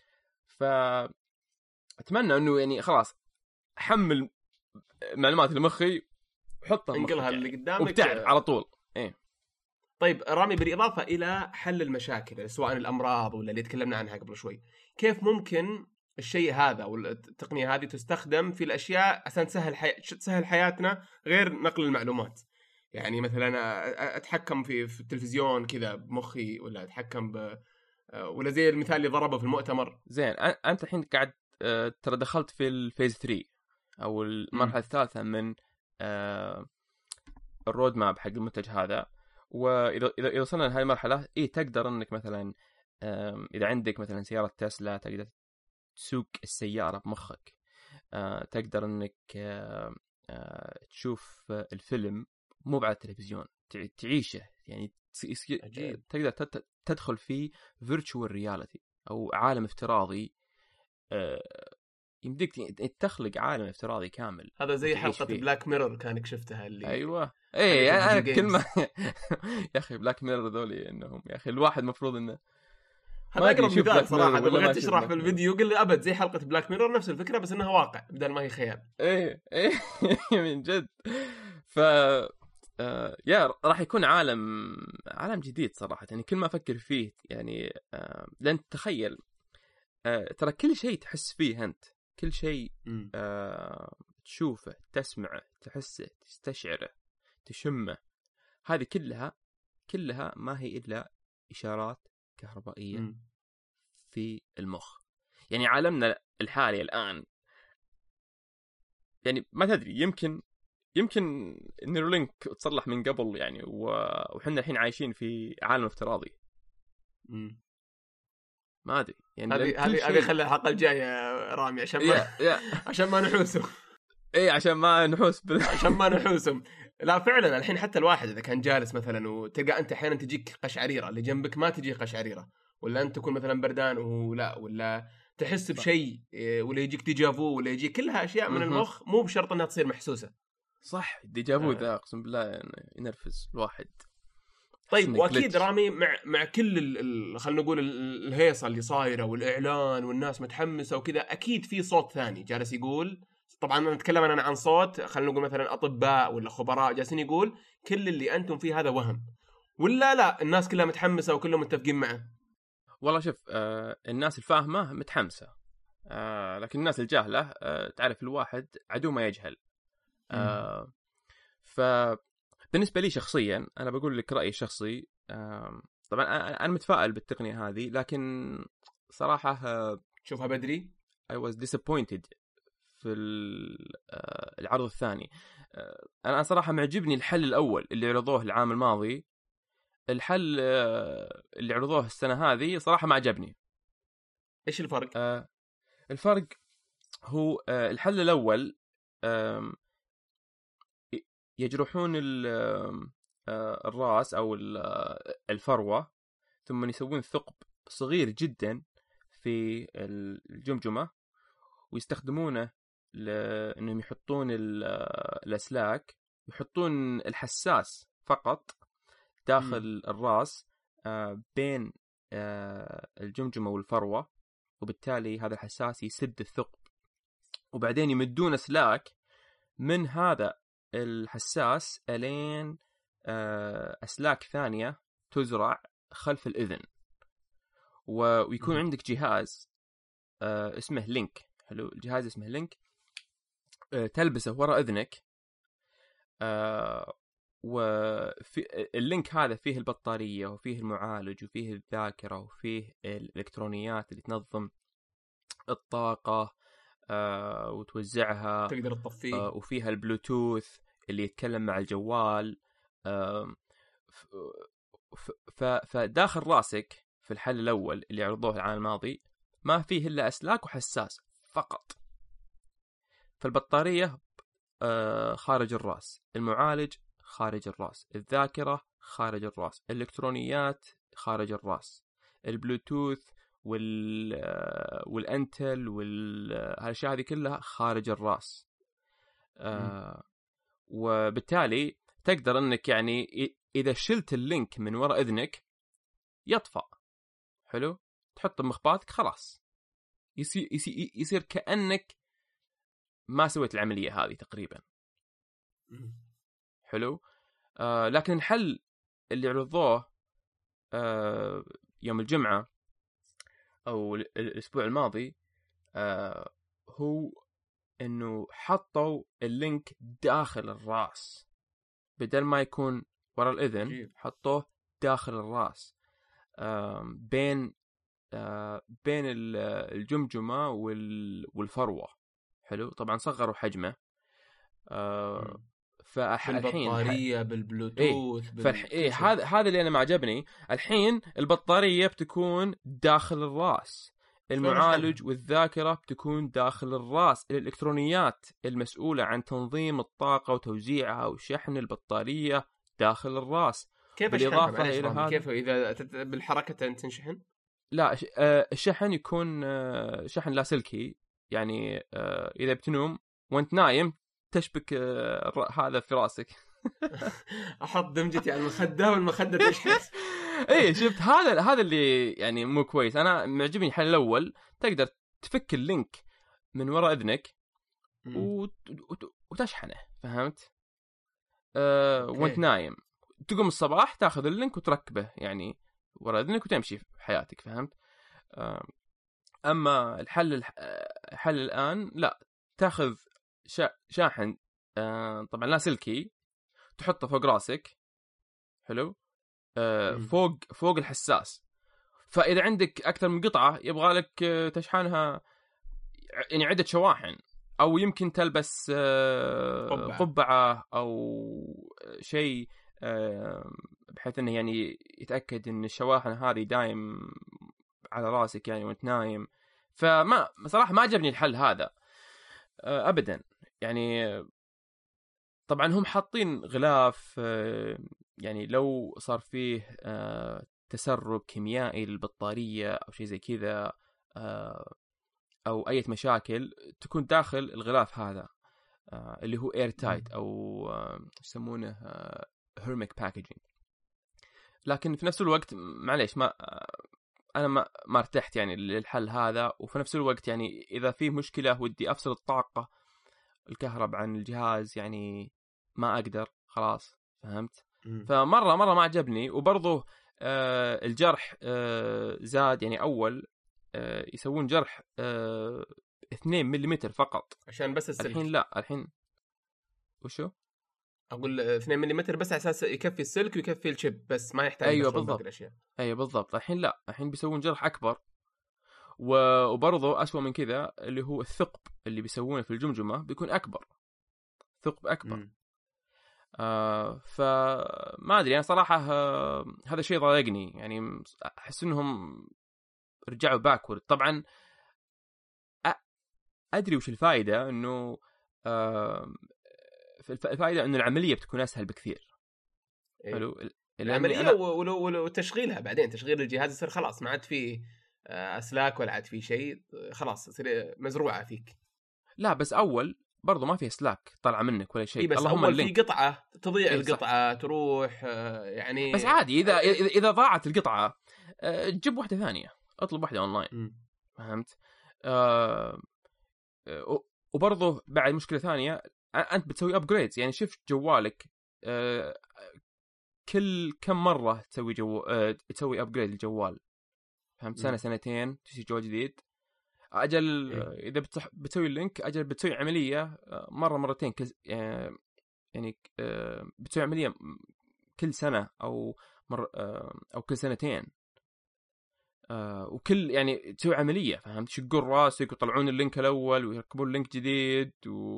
فأتمنى أنه يعني خلاص أحمل معلومات لمخي وحطها انقلها يعني. اللي قدامك وبتعرف على طول. إيه. طيب رامي، بالإضافة إلى حل المشاكل سواء الأمراض ولا اللي تكلمنا عنها قبل شوي، كيف ممكن الشيء هذا والتقنية هذه تستخدم في الأشياء عشان تسهل حي... تسهل حياتنا غير نقل المعلومات؟ يعني مثلا أتحكم في في التلفزيون كذا بمخي، ولا أتحكم ب... ولا زي المثال اللي ضربه في المؤتمر. زين أنت الحين قاعد ترى دخلت في الفيز ثلاثة أو المرحلة م. الثالثة من الرود ماب حق المنتج هذا. وإذا إذا وصلنا لهذه المرحلة إيه تقدر إنك مثلا إذا عندك مثلا سيارة تسلا تقدر تسوق السيارة بمخك. أه تقدر إنك أه أه تشوف الفيلم مو على التلفزيون تعيشه يعني. عجيب. تقدر تدخل في virtual reality أو عالم افتراضي. أه يمديك تخلق عالم افتراضي كامل. هذا زي حلقة بلاك ميرور كانك شفتها اللي أيوة ايه انا كلمة يا اخي بلاك ميرور ذولي انهم يا اخي الواحد مفروض انه هذا اقرب مثال صراحه. اذا بغيت تشرح في الفيديو قل لي ابد زي حلقه بلاك ميرور نفس الفكره بس انها واقع بدل ما هي خيال. ايه ايه من جد. ف آه يا راح يكون عالم عالم جديد صراحه يعني كل ما افكر فيه يعني آه لان تخيل آه ترى كل شيء تحس فيه انت كل شيء آه تشوفه تسمعه تحسه تستشعره تشمه هذه كلها كلها ما هي إلا إشارات كهربائية م. في المخ. يعني عالمنا الحالي الآن يعني ما تدري يمكن يمكن النيورالينك تصلح من قبل يعني وحنا الحين عايشين في عالم افتراضي. م. ما أدري يعني هذه هذه هذه خلي الحلقة الجاية رامي عشان ما عشان ما نحوسهم. ايه عشان ما نحوس بال... عشان ما نحوسهم. لا فعلا الحين حتى الواحد اذا كان جالس مثلا وتلقى انت احيانا تجيك قشعريره اللي جنبك ما تجي قشعريره، ولا انت تكون مثلا بردان وهو لا، ولا تحس بشيء ولا يجيك ديجافو ولا يجي كلها اشياء من المخ مو بشرط انها تصير محسوسه. صح ديجافو ذا آه. اقسم بالله ينرفز الواحد. طيب واكيد رامي مع مع كل خلينا نقول الهيصه اللي صايره والاعلان والناس متحمسه وكذا اكيد في صوت ثاني جالس يقول. طبعا انا اتكلم انا عن صوت خلينا نقول مثلا اطباء ولا خبراء جالسين يقول كل اللي انتم فيه هذا وهم، ولا لا الناس كلها متحمسه وكلهم متفقين معه؟ والله شوف آه الناس الفاهمه متحمسه آه لكن الناس الجاهله آه تعرف الواحد عدو ما يجهل. آه فبالنسبه لي شخصيا انا بقول لك رايي الشخصي. آه طبعا انا متفائل بالتقنيه هذه لكن صراحه آه شوفها بدري. I was disappointed في العرض الثاني. أنا صراحة معجبني الحل الأول اللي عرضوه العام الماضي. الحل اللي عرضوه السنة هذه صراحة ما عجبني. إيش الفرق؟ آه الفرق هو آه الحل الأول آه يجرحون آه الرأس أو الفروة ثم يسوون ثقب صغير جدا في الجمجمة ويستخدمونه لأنهم يحطون الأسلاك يحطون الحساس فقط داخل م. الرأس بين الجمجمة والفروة وبالتالي هذا الحساس يسد الثقب وبعدين يمدون أسلاك من هذا الحساس ألين أسلاك ثانية تزرع خلف الأذن ويكون م. عندك جهاز اسمه لينك. حلو الجهاز اسمه لينك تلبسه وراء أذنك وفي اللينك هذا فيه البطارية وفيه المعالج وفيه الذاكرة وفيه الإلكترونيات اللي تنظم الطاقة آه وتوزعها، تقدر تطفيه، آه وفيها البلوتوث اللي يتكلم مع الجوال. آه فداخل راسك في الحل الأول اللي عرضوه العام الماضي ما فيه إلا أسلاك وحساس فقط. فالبطارية آه خارج الرأس، المعالج خارج الرأس، الذاكرة خارج الرأس، الإلكترونيات خارج الرأس، البلوتوث وال والانتل والاشياء هذه كلها خارج الراس. آه وبالتالي تقدر انك يعني اذا شلت اللينك من وراء اذنك يطفأ. حلو، تحط بمخباتك خلاص يصير يصير, يصير كأنك ما سويت العملية هذه تقريبا. حلو. آه لكن الحل اللي عرضوه آه يوم الجمعة أو الأسبوع الماضي آه هو إنه حطوا اللينك داخل الرأس بدل ما يكون ورا الإذن، حطوه داخل الرأس آه بين آه بين الجمجمة والفروة. حلو، طبعا صغروا حجمه آه فالحين بالبطارية بالبلوتوث إيه بال... إيه هذا هذا اللي أنا ما عجبني. الحين البطارية بتكون داخل الرأس، المعالج والذاكرة بتكون داخل الرأس، الإلكترونيات المسؤولة عن تنظيم الطاقة وتوزيعها وشحن البطارية داخل الرأس. كيف بالإضافة إلى هذا كيف إذا بالحركة تنشحن؟ لا الشحن يكون شحن لاسلكي، يعني إذا بتنوم وأنت نايم تشبك هذا في راسك. احط دمجتي على المخده والمخده تشحن. ايه شفت، هذا هذا اللي يعني مو كويس. انا معجبني الحل الاول، تقدر تفك اللينك من وراء اذنك وت... وت... وتشحنه، فهمت؟ أه وانت نايم تقوم الصباح تاخذ اللينك وتركبه يعني وراء اذنك وتمشي في حياتك، فهمت؟ أه اما الحل الحل الان لا، تاخذ شاحن آه طبعا لاسلكي تحطه فوق راسك. حلو. آه فوق فوق الحساس، فإذا عندك أكثر من قطعة يبغى لك تشحنها يعني عدة شواحن، أو يمكن تلبس آه قبعة. قبعة أو شيء آه بحيث أنه يعني يتأكد أن الشواحن هذه دايم على راسك يعني وانت نايم. فما صراحة ما عجبني الحل هذا آه أبدا. يعني طبعا هم حاطين غلاف يعني لو صار فيه تسرب كيميائي للبطارية أو شيء زي كذا أو أي مشاكل تكون داخل الغلاف هذا اللي هو اير تايت أو يسمونه هيرميك باكجينج. لكن في نفس الوقت معليش ما أنا ما ما ارتحت يعني للحل هذا. وفي نفس الوقت يعني إذا في مشكلة ودي أفصل الطاقة الكهرب عن الجهاز يعني ما أقدر خلاص، فهمت؟ م. فمرة مرة ما عجبني. وبرضه آه الجرح آه زاد، يعني أول آه يسوون جرح آه اثنين مليمتر فقط عشان بس السلك. الحين لا، الحين وشو؟ أقول اثنين مليمتر بس على أساس يكفي السلك ويكفي الشيب بس، ما يحتاج أيوة بالضبط. الأشياء. أيوة بالضبط. الحين لا، الحين بيسوون جرح أكبر. وبرضه أسوأ من كذا اللي هو الثقب اللي بيسوونه في الجمجمة بيكون أكبر، ثقب أكبر. م. آه فما أدري أنا صراحة آه هذا شيء ضايقني، يعني أحس إنهم رجعوا باكورد. طبعا أدري وش الفائدة، إنه آه الفائدة إنه العملية بتكون أسهل بكثير. إيه؟ حلو. العملية أنا... ولو ولو تشغيلها بعدين، تشغيل الجهاز يصير خلاص ما عاد فيه أسلاك ولا عاد فيه شيء، خلاص يصير مزروعة فيك. لا بس أول برضو ما في اسلاك طالعه منك ولا شيء. إيه بس اللهم اول في قطعه تضيع إيه القطعه تروح يعني. بس عادي اذا اذا ضاعت القطعه تجيب واحده ثانيه، اطلب واحده اونلاين. م. فهمت؟ آه وبرضه بعد مشكله ثانيه، انت بتسوي ابجريدز. يعني شوف جوالك آه كل كم مره تسوي جو آه تسوي ابجريد للجوال، فهمت؟ سنه م. سنتين تشتري جوال جديد. أجل إيه؟ إذا بتح... بتسوي اللينك أجل بتسوي عملية مرة مرتين كز... يعني بتسوي عمليه كل سنه او مر او كل سنتين، وكل يعني تسوي عمليه، فهمت؟ يشقون راسك ويطلعون اللينك الاول ويركبون لينك جديد و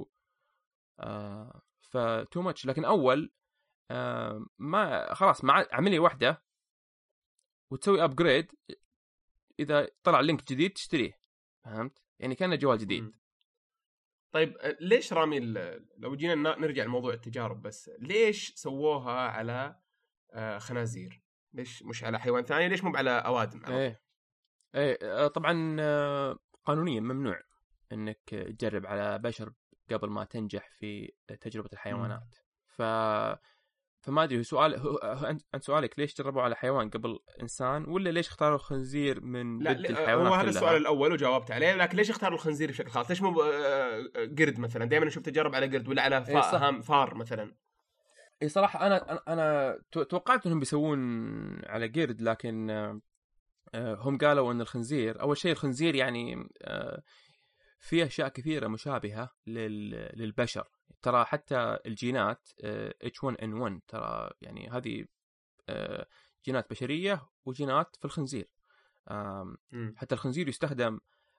فتو ماتش. لكن اول ما خلاص مع عمليه واحده وتسوي ابجريد، اذا طلع لينك جديد تشتريه، فهمت؟ يعني كانه جوال جديد. م. طيب ليش رامي لو جينا نرجع لموضوع التجارب، بس ليش سووها على خنازير؟ ليش مش على حيوان ثاني؟ ليش مو على اوادم على طول؟ ايه ايه طبعا قانونيا ممنوع انك تجرب على بشر قبل ما تنجح في تجربة الحيوانات. م. ف فما ادري سؤال هو انت سؤالك ليش جربوا على حيوان قبل انسان، ولا ليش اختاروا الخنزير من لا بد الحيوانات؟ هو هذا السؤال الاول وجاوبت عليه، لكن ليش اختاروا الخنزير بشكل خاص؟ ليش مو قرد مثلا؟ دائما اشوف تجارب على قرد ولا على فا... فار مثلا. اي صراحه انا انا توقعت انهم بيسوون على قرد، لكن هم قالوا ان الخنزير اول شيء الخنزير يعني في اشياء كثيره مشابهه للبشر، ترى حتى الجينات إتش ون إن ون ترى يعني هذه جينات بشريه وجينات في الخنزير. حتى الخنزير يستخدم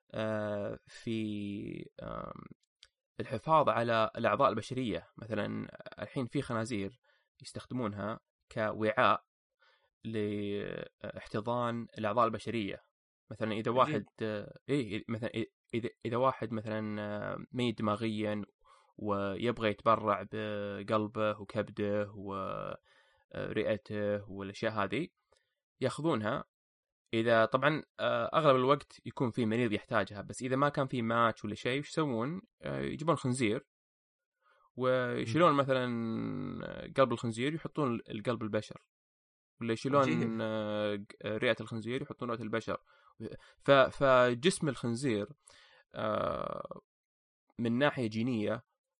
في الحفاظ على الأعضاء البشرية. مثلا الحين في خنازير يستخدمونها كوعاء لاحتضان الأعضاء البشرية. مثلا إذا عجيب. واحد إيه مثلا إذا إذا واحد مثلا ميت دماغيا ويبغى يتبرع بقلبه وكبده ورئته والأشياء هذه يأخذونها. إذا طبعا أغلب الوقت يكون في مريض يحتاجها، بس إذا ما كان في ماتش ولا شيء وش يسوون؟ يجيبون خنزير ويشيلون مثلا قلب الخنزير يحطون القلب البشر، ولا يشيلون رئة الخنزير يحطون رئة البشر. فجسم الخنزير من ناحية جينية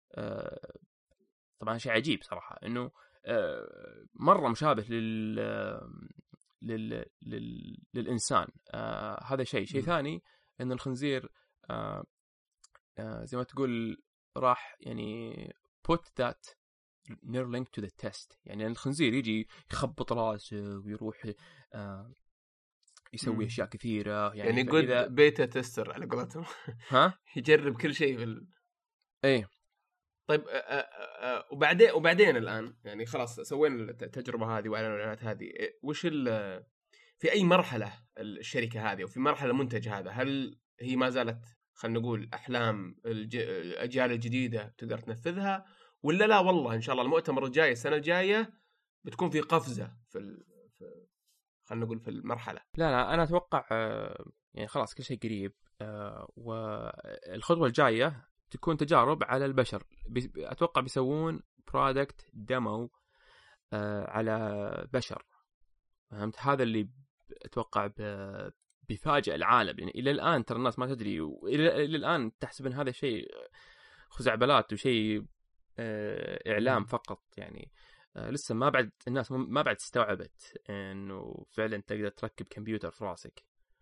طبعا شيء عجيب صراحة، إنه مرة مشابه لل لل... لل... للإنسان. آه هذا شيء شيء ثاني إن الخنزير آه آه زي ما تقول راح يعني put that Neuralink to the test. يعني الخنزير يجي يخبط راسه ويروح آه يسوي مم. أشياء كثيرة يعني, يعني فإذا... good beta tester على قولتهم. ها يجرب كل شيء في ال... ايه طيب آآ آآ وبعدين وبعدين الآن يعني خلاص سوينا التجربة هذه وعلى الإعلانات هذه، وش ال في أي مرحلة الشركة هذه وفي مرحلة المنتج هذا؟ هل هي ما زالت خلنا نقول أحلام الج... الأجيال الجديدة تقدر تنفذها، ولا لا والله إن شاء الله المؤتمر الجاي السنة الجاية بتكون في قفزة في, ال... في خلنا نقول في المرحلة؟ لا لا أنا أتوقع يعني خلاص كل شيء قريب، والخطوة الجاية تكون تجارب على البشر. أتوقع بيسوون برودكت ديمو على بشر، فهمت؟ هذا اللي أتوقع بيفاجئ العالم. يعني إلى الآن ترى الناس ما تدري، وإلى إلى الآن تحسب أن هذا شيء خزعبلات وشيء إعلام فقط. يعني لسه ما بعد الناس ما بعد استوعبت إنه فعلا تقدر تركب كمبيوتر في راسك.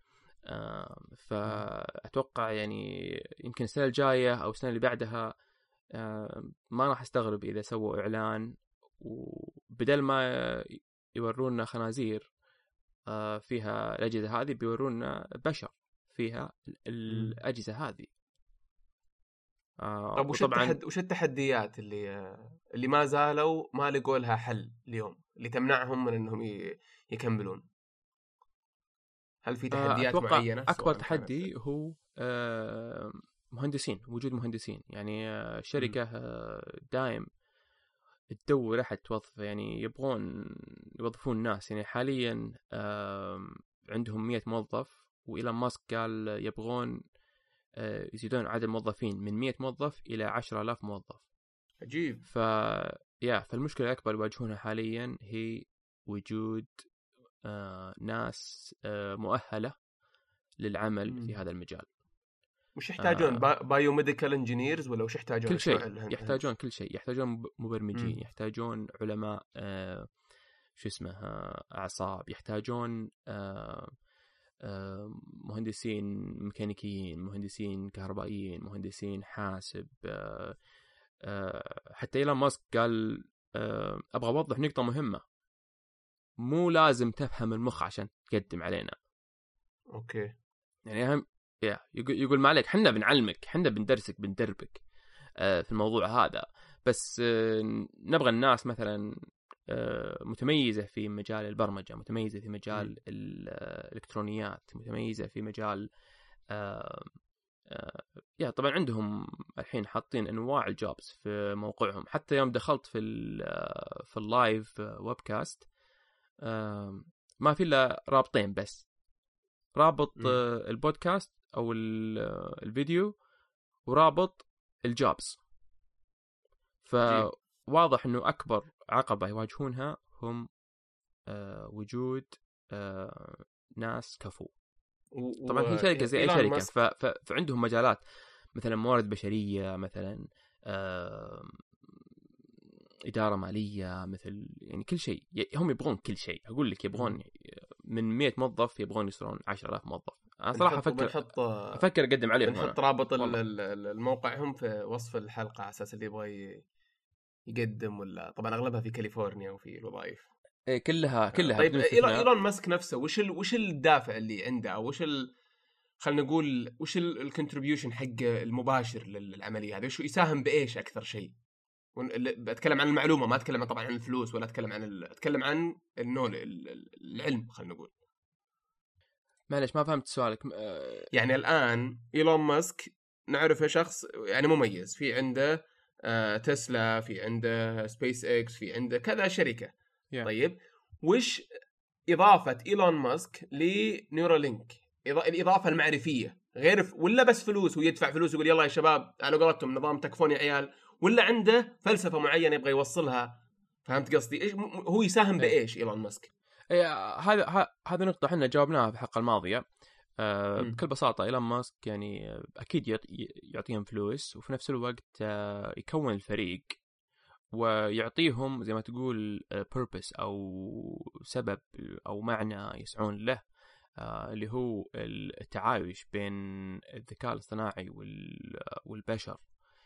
فأتوقع يعني يمكن السنة الجاية أو السنة اللي بعدها ما راح استغرب إذا سووا إعلان وبدل ما يورونا خنازير فيها الأجهزة هذه بيورونا بشر فيها الأجهزة هذه. طب وش التحد... وش التحديات اللي اللي ما زالوا ما لقوا لها حل اليوم اللي تمنعهم من إنهم ي... يكملون؟ هل في تحديات أتوقع معينة؟ أكبر تحدي هو مهندسين، وجود مهندسين. يعني الشركة دائم تدور أحد توظف، يعني يبغون يوظفون ناس. يعني حاليا عندهم مية موظف، وإيلون ماسك قال يبغون يزيدون عدد الموظفين من مية موظف إلى عشرة آلاف موظف. عجيب. ف يا فالمشكلة الأكبر يواجهونها حاليا هي وجود ناس مؤهلة للعمل م. في هذا المجال. وش يحتاجون؟ آه بايوميديكال انجينيرز ولا وش يحتاجون؟ كل شيء يحتاجون، كل شيء يحتاجون مبرمجين، م. يحتاجون علماء آه شو اسمه أعصاب، يحتاجون آه آه مهندسين ميكانيكيين، مهندسين كهربائيين، مهندسين حاسب، آه حتى إيلون ماسك قال أبغى أوضح نقطة مهمة، مو لازم تفهم المخ عشان تقدم علينا. أوكي. يعني أهم يقول يقول ما عليك، حنا بنعلمك، حنا بندرسك بندربك في الموضوع هذا، بس نبغى الناس مثلا متميزة في مجال البرمجة، متميزة في مجال م. الإلكترونيات، متميزة في مجال آه آه يا طبعا عندهم الحين حاطين أنواع الجوبز في موقعهم. حتى يوم دخلت في في اللايف ويبكاست آه ما في إلا رابطين بس، رابط م. آه البودكاست أو الفيديو ورابط الجوبز. فواضح أنه أكبر عقبة يواجهونها هم آه وجود آه ناس كفو. و... طبعا هي شركة زي أي شركة، ف... ف... فعندهم مجالات مثلا موارد بشرية، مثلا آه... إدارة مالية، مثل يعني كل شيء. هم يبغون كل شيء، أقول لك يبغون من مئة موظف يبغون يصيرون عشرة آلاف موظف. أنا صراحة أفكر بنحط... أفكر أقدم عليهم. بنحط رابط الموقع هم في وصف الحلقة على أساس اللي يبغى يقدم، ولا طبعا أغلبها في كاليفورنيا وفي الوظائف. إيه كلها كلها. طيب إيلون ماسك نفسه وش ال... وش الدافع اللي عنده، أو وش ال... خلنا نقول وش الكونتريبيوشن حقه المباشر للعملية هذه؟ وش يساهم بإيش أكثر شيء؟ بتكلم عن المعلومة، ما أتكلم طبعا عن الفلوس، ولا أتكلم عن ال... أتكلم عن النول العلم. خلنا نقول معلش ما فهمت سؤالك. يعني الآن إيلون ماسك نعرفه شخص يعني مميز، في عنده آه تسلا، في عنده سبيس إكس، في عنده كذا شركة. yeah. طيب وش إضافة إيلون ماسك لنيورالينك؟ الإضافة المعرفية غير ف... ولا بس فلوس ويدفع فلوس ويقول يلا يا شباب على قولتهم نظام تكفون يا عيال، ولا عنده فلسفة معينة يبغى يوصلها؟ فهمت قصدي؟ إيش هو يساهم بإيش إيلون ماسك؟ إيه هذا هذا نقطة احنا جاوبناها في الحلقة الماضية. أه بكل بساطة إيلون ماسك يعني أكيد يعطيهم فلوس، وفي نفس الوقت أه يكون الفريق ويعطيهم زي ما تقول purpose أو سبب أو معنى يسعون له، آه اللي هو التعايش بين الذكاء الاصطناعي والبشر.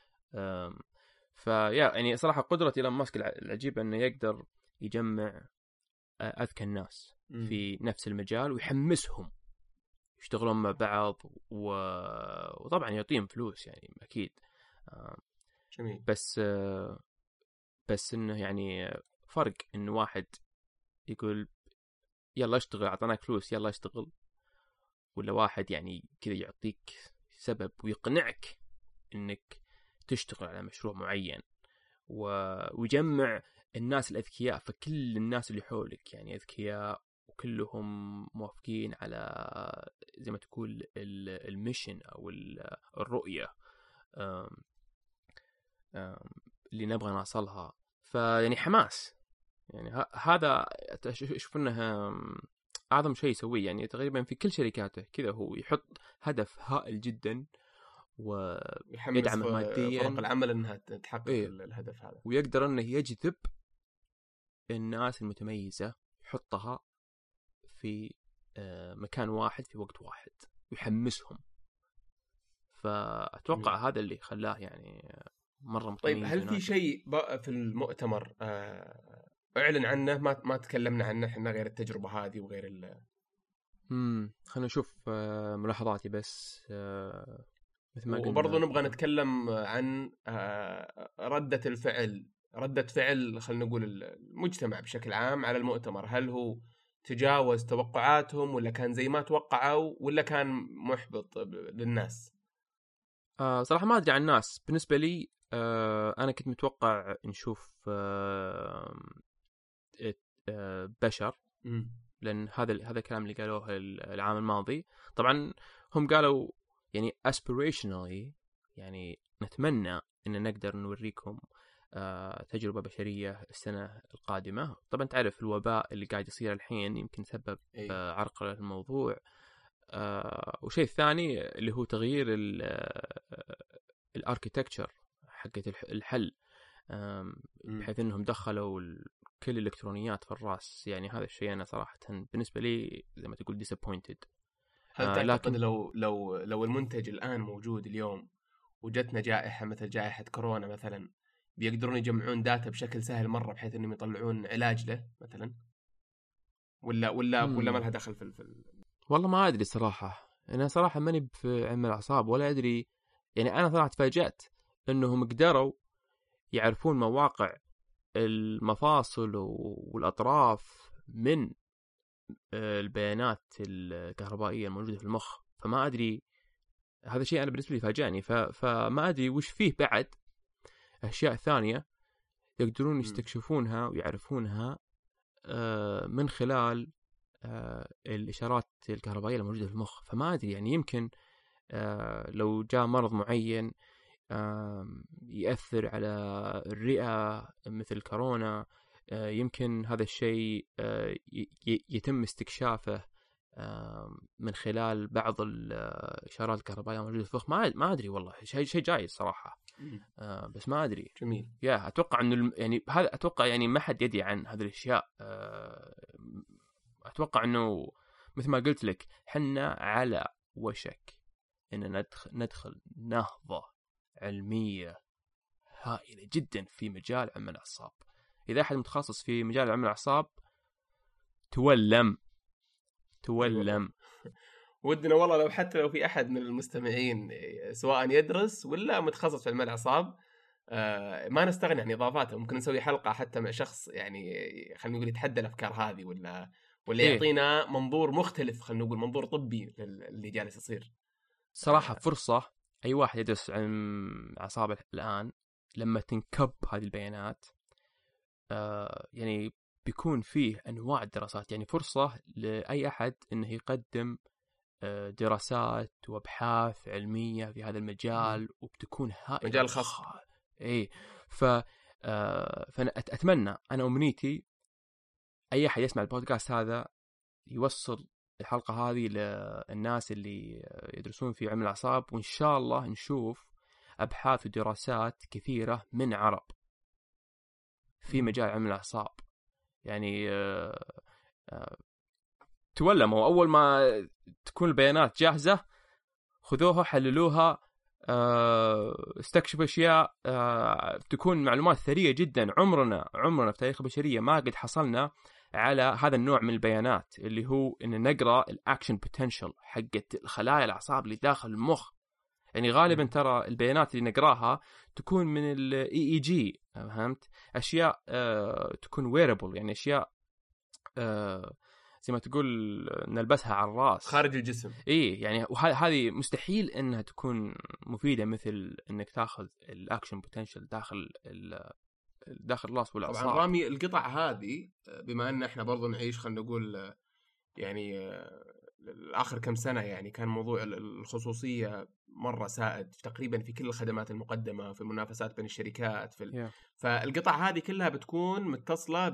فيا يعني صراحة قدرة إيلون ماسك العجيبة أنه يقدر يجمع أذكى الناس م. في نفس المجال ويحمسهم يشتغلون مع بعض، و... وطبعا يعطيهم فلوس يعني أكيد. جميل. بس بس إنه يعني فرق إنه واحد يقول يلا اشتغل أعطاناك فلوس يلا اشتغل، ولا واحد يعني كذا يعطيك سبب ويقنعك إنك تشتغل على مشروع معين، و... ويجمع الناس الأذكياء. فكل الناس اللي حولك يعني أذكياء وكلهم موافقين على زي ما تقول الميشن أو الرؤية أم... أم... اللي نبغى نوصلها. فيعني حماس يعني ه... هذا أشوف إنه أعظم شيء يسويه يعني تقريبا في كل شركاته كذا. هو يحط هدف هائل جدا ويدعمه ماديا، فرق العمل انها تحقق إيه؟ الهدف هذا، ويقدر انه يجذب الناس المتميزة يحطها في مكان واحد في وقت واحد ويحمسهم. فأتوقع م. هذا اللي خلاه يعني مرة متميز. طيب هل في شيء في المؤتمر أعلن عنه ما ما تكلمنا عنه احنا غير التجربة هذه وغير ال امم خلينا نشوف ملاحظاتي بس. مثل ما قلنا وبرضه نبغى نتكلم عن ردة الفعل ردة فعل خلينا نقول المجتمع بشكل عام على المؤتمر. هل هو تجاوز توقعاتهم، ولا كان زي ما توقعوا، ولا كان محبط للناس؟ آه صراحة ما أدري عن الناس. بالنسبة لي آه أنا كنت متوقع نشوف آه آه بشر م. لأن هذا هذا الكلام اللي قالوه العام الماضي. طبعا هم قالوا يعني aspirationally يعني نتمنى إن نقدر نوريكم آه تجربة بشرية السنة القادمة. طبعا تعرف الوباء اللي قاعد يصير الحين يمكن سبب آه عرقلة الموضوع. آه وشيء ثاني اللي هو تغيير الاركيتكتشر حقة الحل، بحيث انهم دخلوا كل الالكترونيات في الراس. يعني هذا الشيء انا صراحة بالنسبة لي زي ما تقول disappointed. هل آه تعتقد لكن... لو لو لو المنتج الان موجود اليوم وجتنا جائحة مثل جائحة كورونا مثلا، بيقدرون يجمعون داتا بشكل سهل مرة بحيث انهم يطلعون علاج له مثلا، ولا ولا مم. ولا ما لها دخل في ال... والله ما ادري صراحه، انا صراحه ماني في علم الاعصاب ولا ادري. يعني انا صراحه تفاجأت انهم قدروا يعرفون مواقع المفاصل والاطراف من البيانات الكهربائيه الموجوده في المخ. فما ادري، هذا شيء انا بالنسبه لي فاجأني. ف... فما ادري وش فيه بعد اشياء ثانيه يقدرون يستكشفونها ويعرفونها من خلال الاشارات الكهربائيه الموجوده في المخ. فما ادري يعني يمكن لو جاء مرض معين يأثر على الرئة مثل كورونا، يمكن هذا الشيء يتم استكشافه من خلال بعض الإشارات الكهربائية الموجودة في المخ. ما ما أدري والله، شيء شيء جايز صراحة. بس ما أدري. جميل. يا أتوقع إنه يعني هذا، أتوقع يعني ما حد يدري عن هذه الأشياء. أتوقع إنه مثل ما قلت لك حنا على وشك إن ندخل ندخل نهضة علمية هائلة جدا في مجال علم الأعصاب. إذا أحد متخصص في مجال علم الأعصاب تولم تولم. ودنا والله لو حتى لو في أحد من المستمعين سواء يدرس ولا متخصص في علم الأعصاب، ما نستغني عن إضافاته. ممكن نسوي حلقة حتى مع شخص يعني خلينا نقول يتحدى الأفكار هذه، ولا ولا إيه؟ يعطينا منظور مختلف، خلينا نقول منظور طبي اللي جالس يصير. صراحة فرصة أي واحد يدرس علم أعصاب الآن لما تنكب هذه البيانات، آه يعني بيكون فيه أنواع الدراسات. يعني فرصة لأي أحد إنه يقدم آه دراسات وأبحاث علمية في هذا المجال، وبتكون هائلة. مجال خاص. إيه. ف آه فأنا أتمنى، أنا أمنيتي أي أحد يسمع البودكاست هذا يوصل الحلقة هذه للناس اللي يدرسون في علم الأعصاب، وإن شاء الله نشوف أبحاث ودراسات كثيرة من عرب في مجال علم الأعصاب. يعني أه أه تولموا أول ما تكون البيانات جاهزة، خذوها حللوها، أه استكشفوا أشياء، أه تكون معلومات ثرية جدا. عمرنا عمرنا في تاريخ البشرية ما قد حصلنا على هذا النوع من البيانات، اللي هو إن نقرأ الأكشن بوتنشل حقت الخلايا الأعصاب اللي داخل المخ. يعني غالبا ترى البيانات اللي نقراها تكون من ال إي إي جي، فهمت؟ أشياء آه تكون ويربل، يعني أشياء آه زي ما تقول نلبسها على الرأس خارج الجسم. إيه يعني، وهذه مستحيل إنها تكون مفيدة مثل إنك تأخذ الأكشن بوتنشل داخل ال داخل الراس والأعصاب. طبعا رامي، القطع هذه بما أن إحنا برضو نعيش خلينا نقول يعني آخر كم سنة، يعني كان موضوع الخصوصية مرة سائد تقريبا في كل الخدمات المقدمة، في المنافسات بين الشركات في ال... yeah. فالقطع هذه كلها بتكون متصلة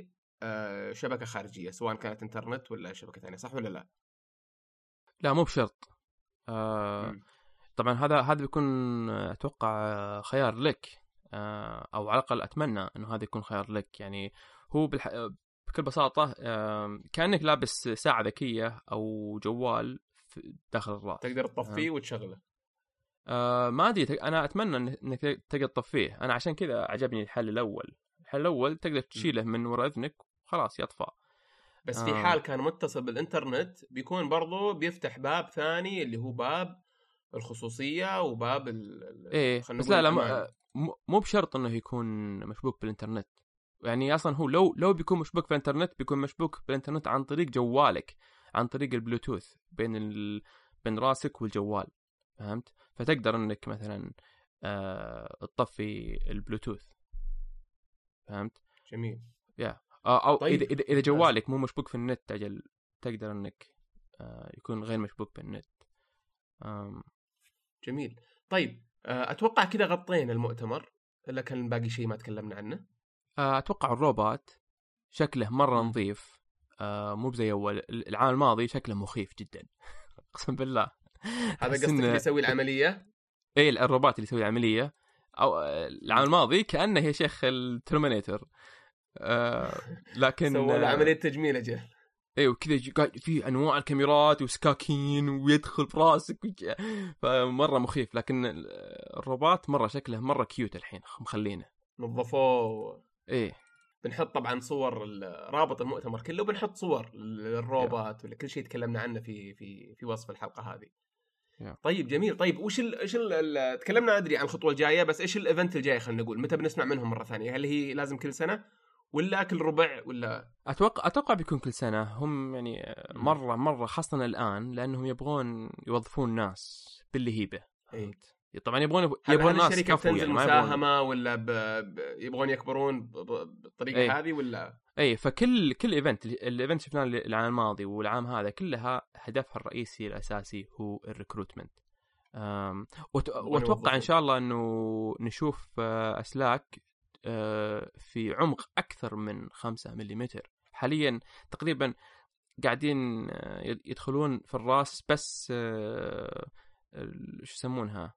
بشبكة خارجية، سواء كانت انترنت ولا شبكة ثانية، صح ولا لا؟ لا مو بشرط. آه طبعا هذا هذا بيكون أتوقع خيار لك، آه أو على الأقل أتمنى إنه هذا يكون خيار لك. يعني هو بالح... بكل بساطة آه كأنك لابس ساعة ذكية أو جوال داخل الرأس، تقدر تطفيه آه. وتشغله. آه ما أدري، أنا أتمنى إنك تقدر تطفيه. أنا عشان كذا عجبني الحل الأول. الحل الأول تقدر تشيله من وراء إذنك خلاص يطفى. بس آه. في حال كان متصل بالإنترنت بيكون برضو بيفتح باب ثاني اللي هو باب الخصوصية وباب ال إيه بس لا لا مو بشرط إنه يكون مشبوك بالإنترنت. يعني أصلا هو لو لو بيكون مشبوك بالإنترنت بيكون مشبوك بالإنترنت عن طريق جوالك، عن طريق البلوتوث بين ال... بين راسك والجوال، فهمت؟ فتقدر إنك مثلا آه... تطفي البلوتوث، فهمت؟ جميل. يا أو طيب. إذا إذا جوالك مو مشبوك في النت أجل تقدر إنك آه... يكون غير مشبوك بالنت. آم... جميل. طيب أتوقع كذا غطينا المؤتمر، إلا كان باقي شيء ما تكلمنا عنه. أتوقع الروبوت شكله مرة نظيف، آه مو بزي أول. العام الماضي شكله مخيف جدا أقسم بالله. هذا قصدك اللي يسوي العملية؟ إيه الروبوت اللي يسوي العملية. أو العام الماضي كأنه يا شيخ الترمينيتر، آه لكن سووا له عملية تجميل أجل. ايه وكذا في انواع الكاميرات وسكاكين ويدخل براسك، فمره مخيف. لكن الروبوت مره شكله مره كيوت الحين مخلينه. نظفوه. ايه بنحط طبعا صور رابط المؤتمر كله، وبنحط صور للروبوت ولا كل شيء تكلمنا عنه في في في وصف الحلقه هذه. yeah. طيب جميل. طيب وش ال ايش ال تكلمنا ادري عن الخطوه الجايه، بس ايش الايفنت الجاي خلينا نقول؟ متى بنسمع منهم مره ثانيه؟ هل هي لازم كل سنه ولا كل ربع ولا؟ اتوقع اتوقع بيكون كل سنه. هم يعني مره مره خاصه الان لانهم يبغون يوظفون ناس باللي هي به. فهمت؟ طبعا يبغون يبغون ناس الشركه كفو بتنزل يعني مساهمه ولا ب... ب... يبغون يكبرون ب... ب... بالطريقه ايه. هذه ولا؟ اي فكل كل ايفنت الايفنت شفناه العام الماضي والعام هذا كلها هدفها الرئيسي الاساسي هو الريكروتمنت. واتوقع ان شاء الله انه نشوف اسلاك في عمق اكثر من خمسة ملم حاليا. تقريبا قاعدين يدخلون في الراس بس شو يسمونها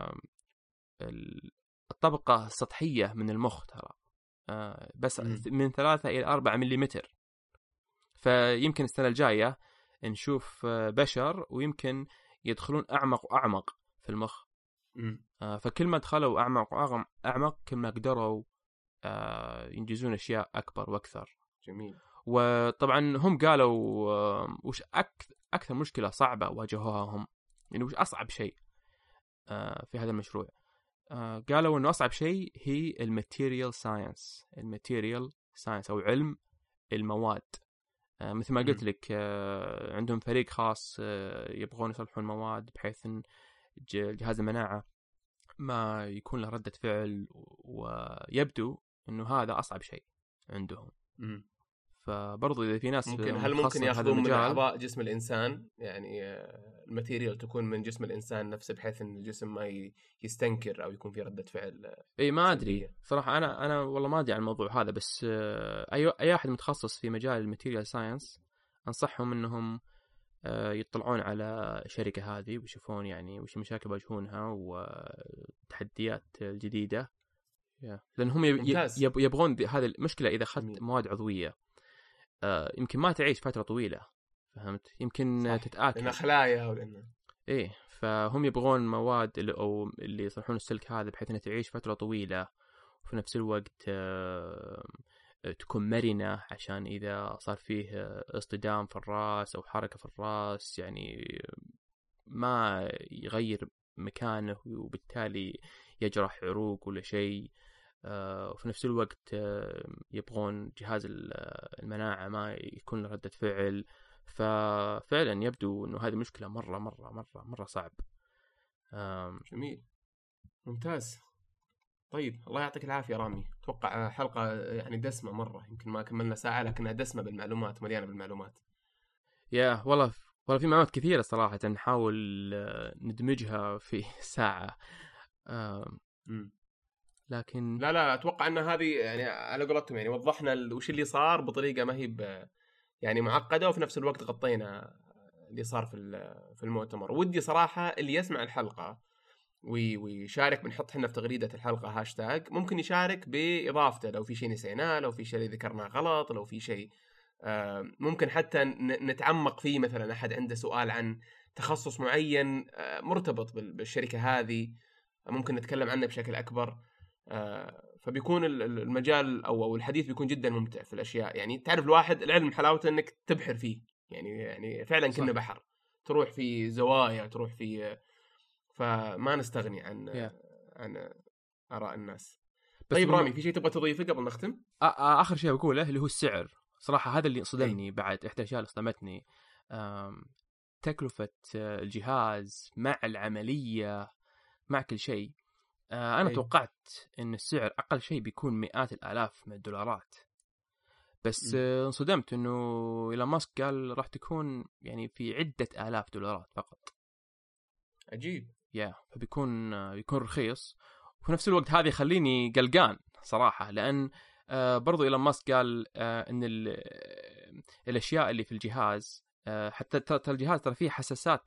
الطبقة السطحية من المخ ترى بس م. من ثلاثة إلى أربعة مليمتر. فيمكن السنة الجاية نشوف بشر ويمكن يدخلون أعمق وأعمق في المخ. م. فكل ما دخلوا أعمق وأعمق أعمق كل ما قدروا ينجزون أشياء أكبر وأكثر. جميل. وطبعا هم قالوا وش أكثر مشكلة صعبة واجهوها هم، يعني وش أصعب شيء في هذا المشروع. قالوا إنه أصعب شيء هي الماتيريال ساينس. الماتيريال ساينس أو علم المواد. مثل ما قلت لك عندهم فريق خاص يبغون يصلحون المواد بحيث إن جهاز المناعة ما يكون له ردة فعل، ويبدو إنه هذا أصعب شيء عندهم. م. فبرضو إذا في ناس ممكن هل ممكن ياخذون من أعضاء جسم الإنسان، يعني الماتيريال تكون من جسم الإنسان نفسه بحيث إن الجسم ما يستنكر أو يكون في ردة فعل؟ إيه ما أدري صراحة. أنا أنا والله ما أدري عن الموضوع هذا، بس أي أي أحد متخصص في مجال الماتيريال ساينس أنصحهم إنهم يطلعون على شركة هذه ويشوفون يعني وش المشاكل يواجهونها والتحديات الجديدة، لأن هم يبغون هذه المشكلة. إذا أخذت مواد عضوية آه يمكن ما تعيش فترة طويلة، فهمت؟ يمكن تتآكل لأنها خلايا ولأنه إيه. فهم يبغون مواد اللي أو اللي يصلحون السلك هذا بحيث أنها تعيش فترة طويلة، وفي نفس الوقت آه تكون مرنة عشان إذا صار فيه اصطدام في الرأس أو حركة في الرأس يعني ما يغير مكانه وبالتالي يجرح عروق ولا شيء. آه وفي نفس الوقت آه يبغون جهاز المناعة ما يكون له ردة فعل. ففعلا يبدو أنه هذه مشكلة مرة مرة مرة مرة صعب. جميل ممتاز. طيب الله يعطيك العافية رامي. أتوقع حلقة يعني دسمة مرة، يمكن ما كملنا ساعة لكنها دسمة بالمعلومات، مليانة بالمعلومات. يا والله والله في معلومات كثيرة صراحة نحاول ندمجها في ساعة. م. لكن لا لا أتوقع أن هذه يعني على قولتهم يعني وضحنا وش اللي صار بطريقة ما هي يعني معقدة، وفي نفس الوقت غطينا اللي صار في في المؤتمر. ودي صراحة اللي يسمع الحلقة ويشارك، بنحط حنا في تغريدة الحلقة هاشتاج، ممكن يشارك بإضافته لو في شيء نسيناه، لو في شيء ذكرناه غلط، لو في شيء ممكن حتى نتعمق فيه. مثلا أحد عنده سؤال عن تخصص معين مرتبط بالشركة هذه ممكن نتكلم عنه بشكل أكبر. فبيكون المجال أو الحديث بيكون جدا ممتع في الأشياء. يعني تعرف الواحد العلم حلاوته أنك تبحر فيه، يعني يعني فعلا كنا بحر، تروح في زوايا، تروح في، فما نستغني عن yeah. عن آراء الناس. طيب رامي في شيء تبغى تضيفه قبل نختم؟ آخر شيء بقوله اللي هو السعر. صراحة هذا اللي صدمني. بعد إحدى الأشياء اللي صدمتني تكلفة الجهاز مع العملية مع كل شيء. أنا أي. توقعت إن السعر أقل شيء بيكون مئات الآلاف من الدولارات، بس انصدمت إنه إيلون ماسك قال راح تكون يعني في عدة آلاف دولارات فقط. عجيب. يا فبيكون بيكون رخيص، وفي نفس الوقت هذا يخليني قلقان صراحة، لأن برضو إيلون ماسك قال إن الأشياء اللي في الجهاز حتى ترى الجهاز ترى فيه حساسات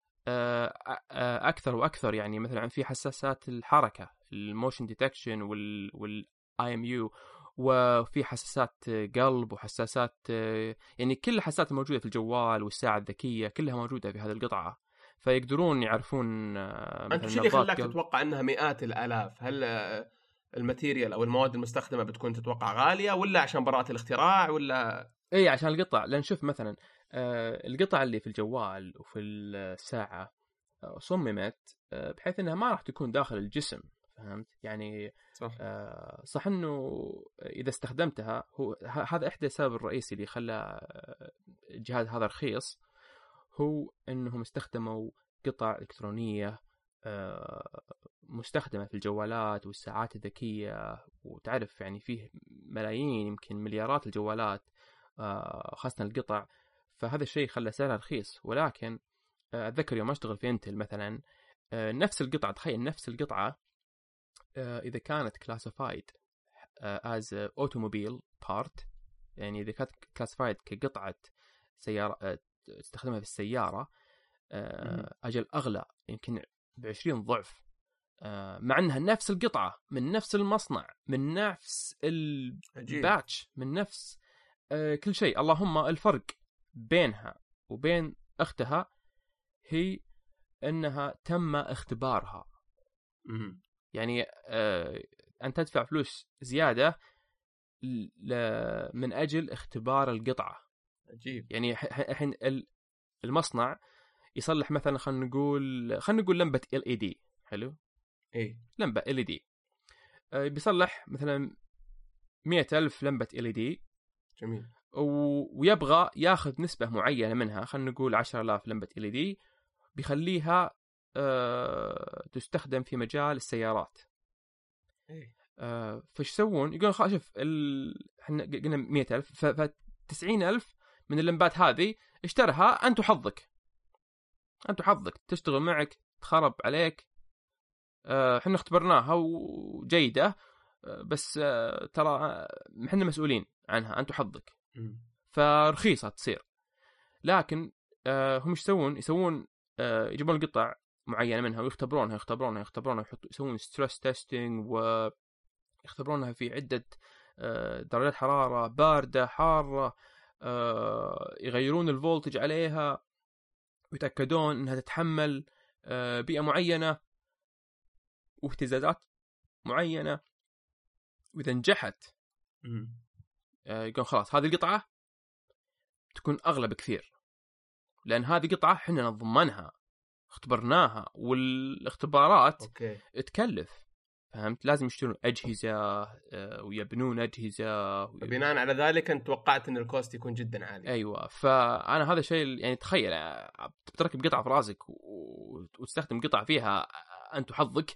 أكثر وأكثر. يعني مثلا في حساسات الحركة الموشن ديتكشن وال وال آي إم يو، وفي حساسات قلب وحساسات يعني كل الحساسات الموجودة في الجوال والساعة الذكية كلها موجودة في هذه القطعة، فيقدرون يعرفون. أنت شو اللي خلاك تتوقع أنها مئات الآلاف؟ هل الماتيريال او المواد المستخدمه بتكون تتوقع غاليه، ولا عشان براءه الاختراع، ولا اي عشان القطع. لان شوف مثلا آه القطع اللي في الجوال وفي الساعه آه صممت آه بحيث انها ما راح تكون داخل الجسم، فهمت يعني؟ صح. آه صح انه اذا استخدمتها، هو هذا احدى السبب الرئيسي اللي خلى الجهاز هذا رخيص، هو انهم استخدموا قطع الكترونيه آه مستخدمه في الجوالات والساعات الذكيه، وتعرف يعني فيه ملايين يمكن مليارات الجوالات آه خاصه القطع. فهذا الشيء خلى سعرها رخيص. ولكن آه اتذكر يوم اشتغل في انتل مثلا آه نفس القطعه، تخيل نفس القطعه آه اذا كانت كلاسيفايد از اوتوموبيل بارت، يعني اذا كانت كلاسيفايد كقطعه سياره آه تستخدمها في السياره آه اجل اغلى يمكن بعشرين ضعف، آه مع انها نفس القطعه من نفس المصنع من نفس الباتش من نفس آه كل شيء. اللهم الفرق بينها وبين اختها هي انها تم اختبارها. مم. يعني آه انت تدفع فلوس زياده من اجل اختبار القطعه. عجيب. يعني الحين المصنع يصلح مثلا خلينا نقول خلينا نقول لمبه ال اي دي، حلو، اي لمبه ال اي دي آه بيصلح مثلا مئة ألف لمبه ال اي دي. جميل. ويبغى ياخذ نسبة معينة منها، خلينا نقول عشرة آلاف لمبة إل إي دي، بيخليها أه تستخدم في مجال السيارات. أه فايش يسوون؟ يقولون خلاص شوف احنا قلنا مئة ألف، فتسعين ألف من اللمبات هذه اشترها أنت وحظك، أنت وحظك تشتغل معك تخرب عليك. أه احنا اختبرناها وجيدة، أه بس أه ترى احنا مسؤولين عنها أنت وحظك. فرخيصة تصير. لكن آه هم يسوون يسوون آه يجيبون القطع معينة منها ويختبرونها يختبرونها يختبرونها يحطوا يسوون ستريس تيستينج، ويختبرونها في عدة آه درجات حرارة، باردة حارة، آه يغيرون الفولتج عليها ويتأكدون أنها تتحمل آه بيئة معينة واهتزازات معينة. وإذا نجحت آه يقولون خلاص هذه القطعة تكون أغلى بكثير، لأن هذه قطعة حنا نضمنها اختبرناها، والاختبارات أوكي. تكلف، فهمت؟ لازم يشترون أجهزة ويبنون أجهزة ويبنون. بناء على ذلك أنت توقعت أن الكوست يكون جدا عالي. أيوة. فأنا هذا الشيء يعني تخيل تركب قطعة في راسك وتستخدم قطعة فيها أنت وحظك،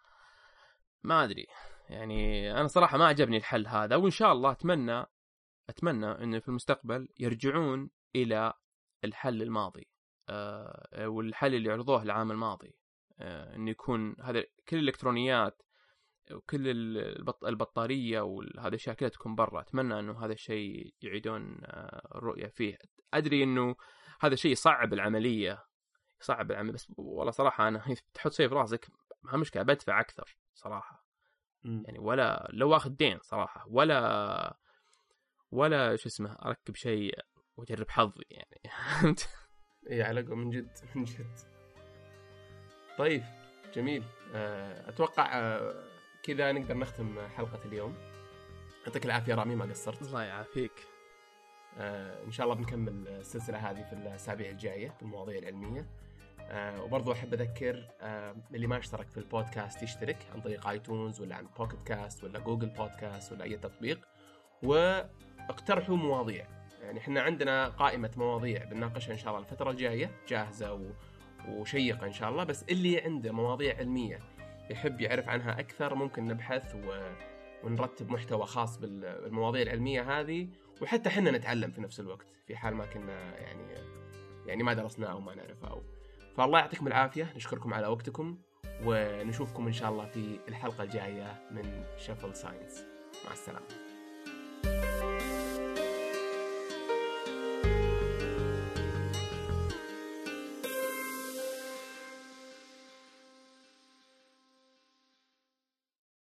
ما أدري يعني. أنا صراحة ما عجبني الحل هذا، وإن شاء الله أتمنى أتمنى أن في المستقبل يرجعون إلى الحل الماضي أه والحل اللي عرضوه العام الماضي، أه إنه يكون هذا كل الإلكترونيات وكل البط... البطارية وهذا الأشياء كلها تكون برا. أتمنى إنه هذا الشيء يعيدون أه الرؤية فيه. أدري إنه هذا الشيء يصعب العملية يصعب العملية، بس والله صراحة أنا تحط شيء في راسك ما مشكلة، بدفع أكثر صراحة. م. يعني ولا لو أخذ دين صراحة، ولا ولا شو اسمه أركب شيء وأجرب حظي يعني. اي علاقة من جد من جد. طيب جميل. اتوقع كذا نقدر نختم حلقة اليوم. يعطيك العافية رامي، ما قصرت. الله يعافيك. ان شاء الله بنكمل السلسلة هذه في الاسابيع الجاية في المواضيع العلمية. وبرضو احب اذكر اللي ما اشترك في البودكاست يشترك عن طريق ايتونز ولا عن بوكيت كاست ولا جوجل بودكاست ولا اي تطبيق، واقترحوا مواضيع. يعني احنا عندنا قائمة مواضيع بنناقشها إن شاء الله الفترة الجاية جاهزة و... وشيقة إن شاء الله. بس اللي عنده مواضيع علمية يحب يعرف عنها أكثر ممكن نبحث و... ونرتب محتوى خاص بالمواضيع العلمية هذه، وحتى حنا نتعلم في نفس الوقت في حال ما كنا يعني يعني ما درسناه أو ما نعرفه أو. فالله يعطيكم العافية، نشكركم على وقتكم، ونشوفكم إن شاء الله في الحلقة الجاية من شفل ساينس. مع السلامة.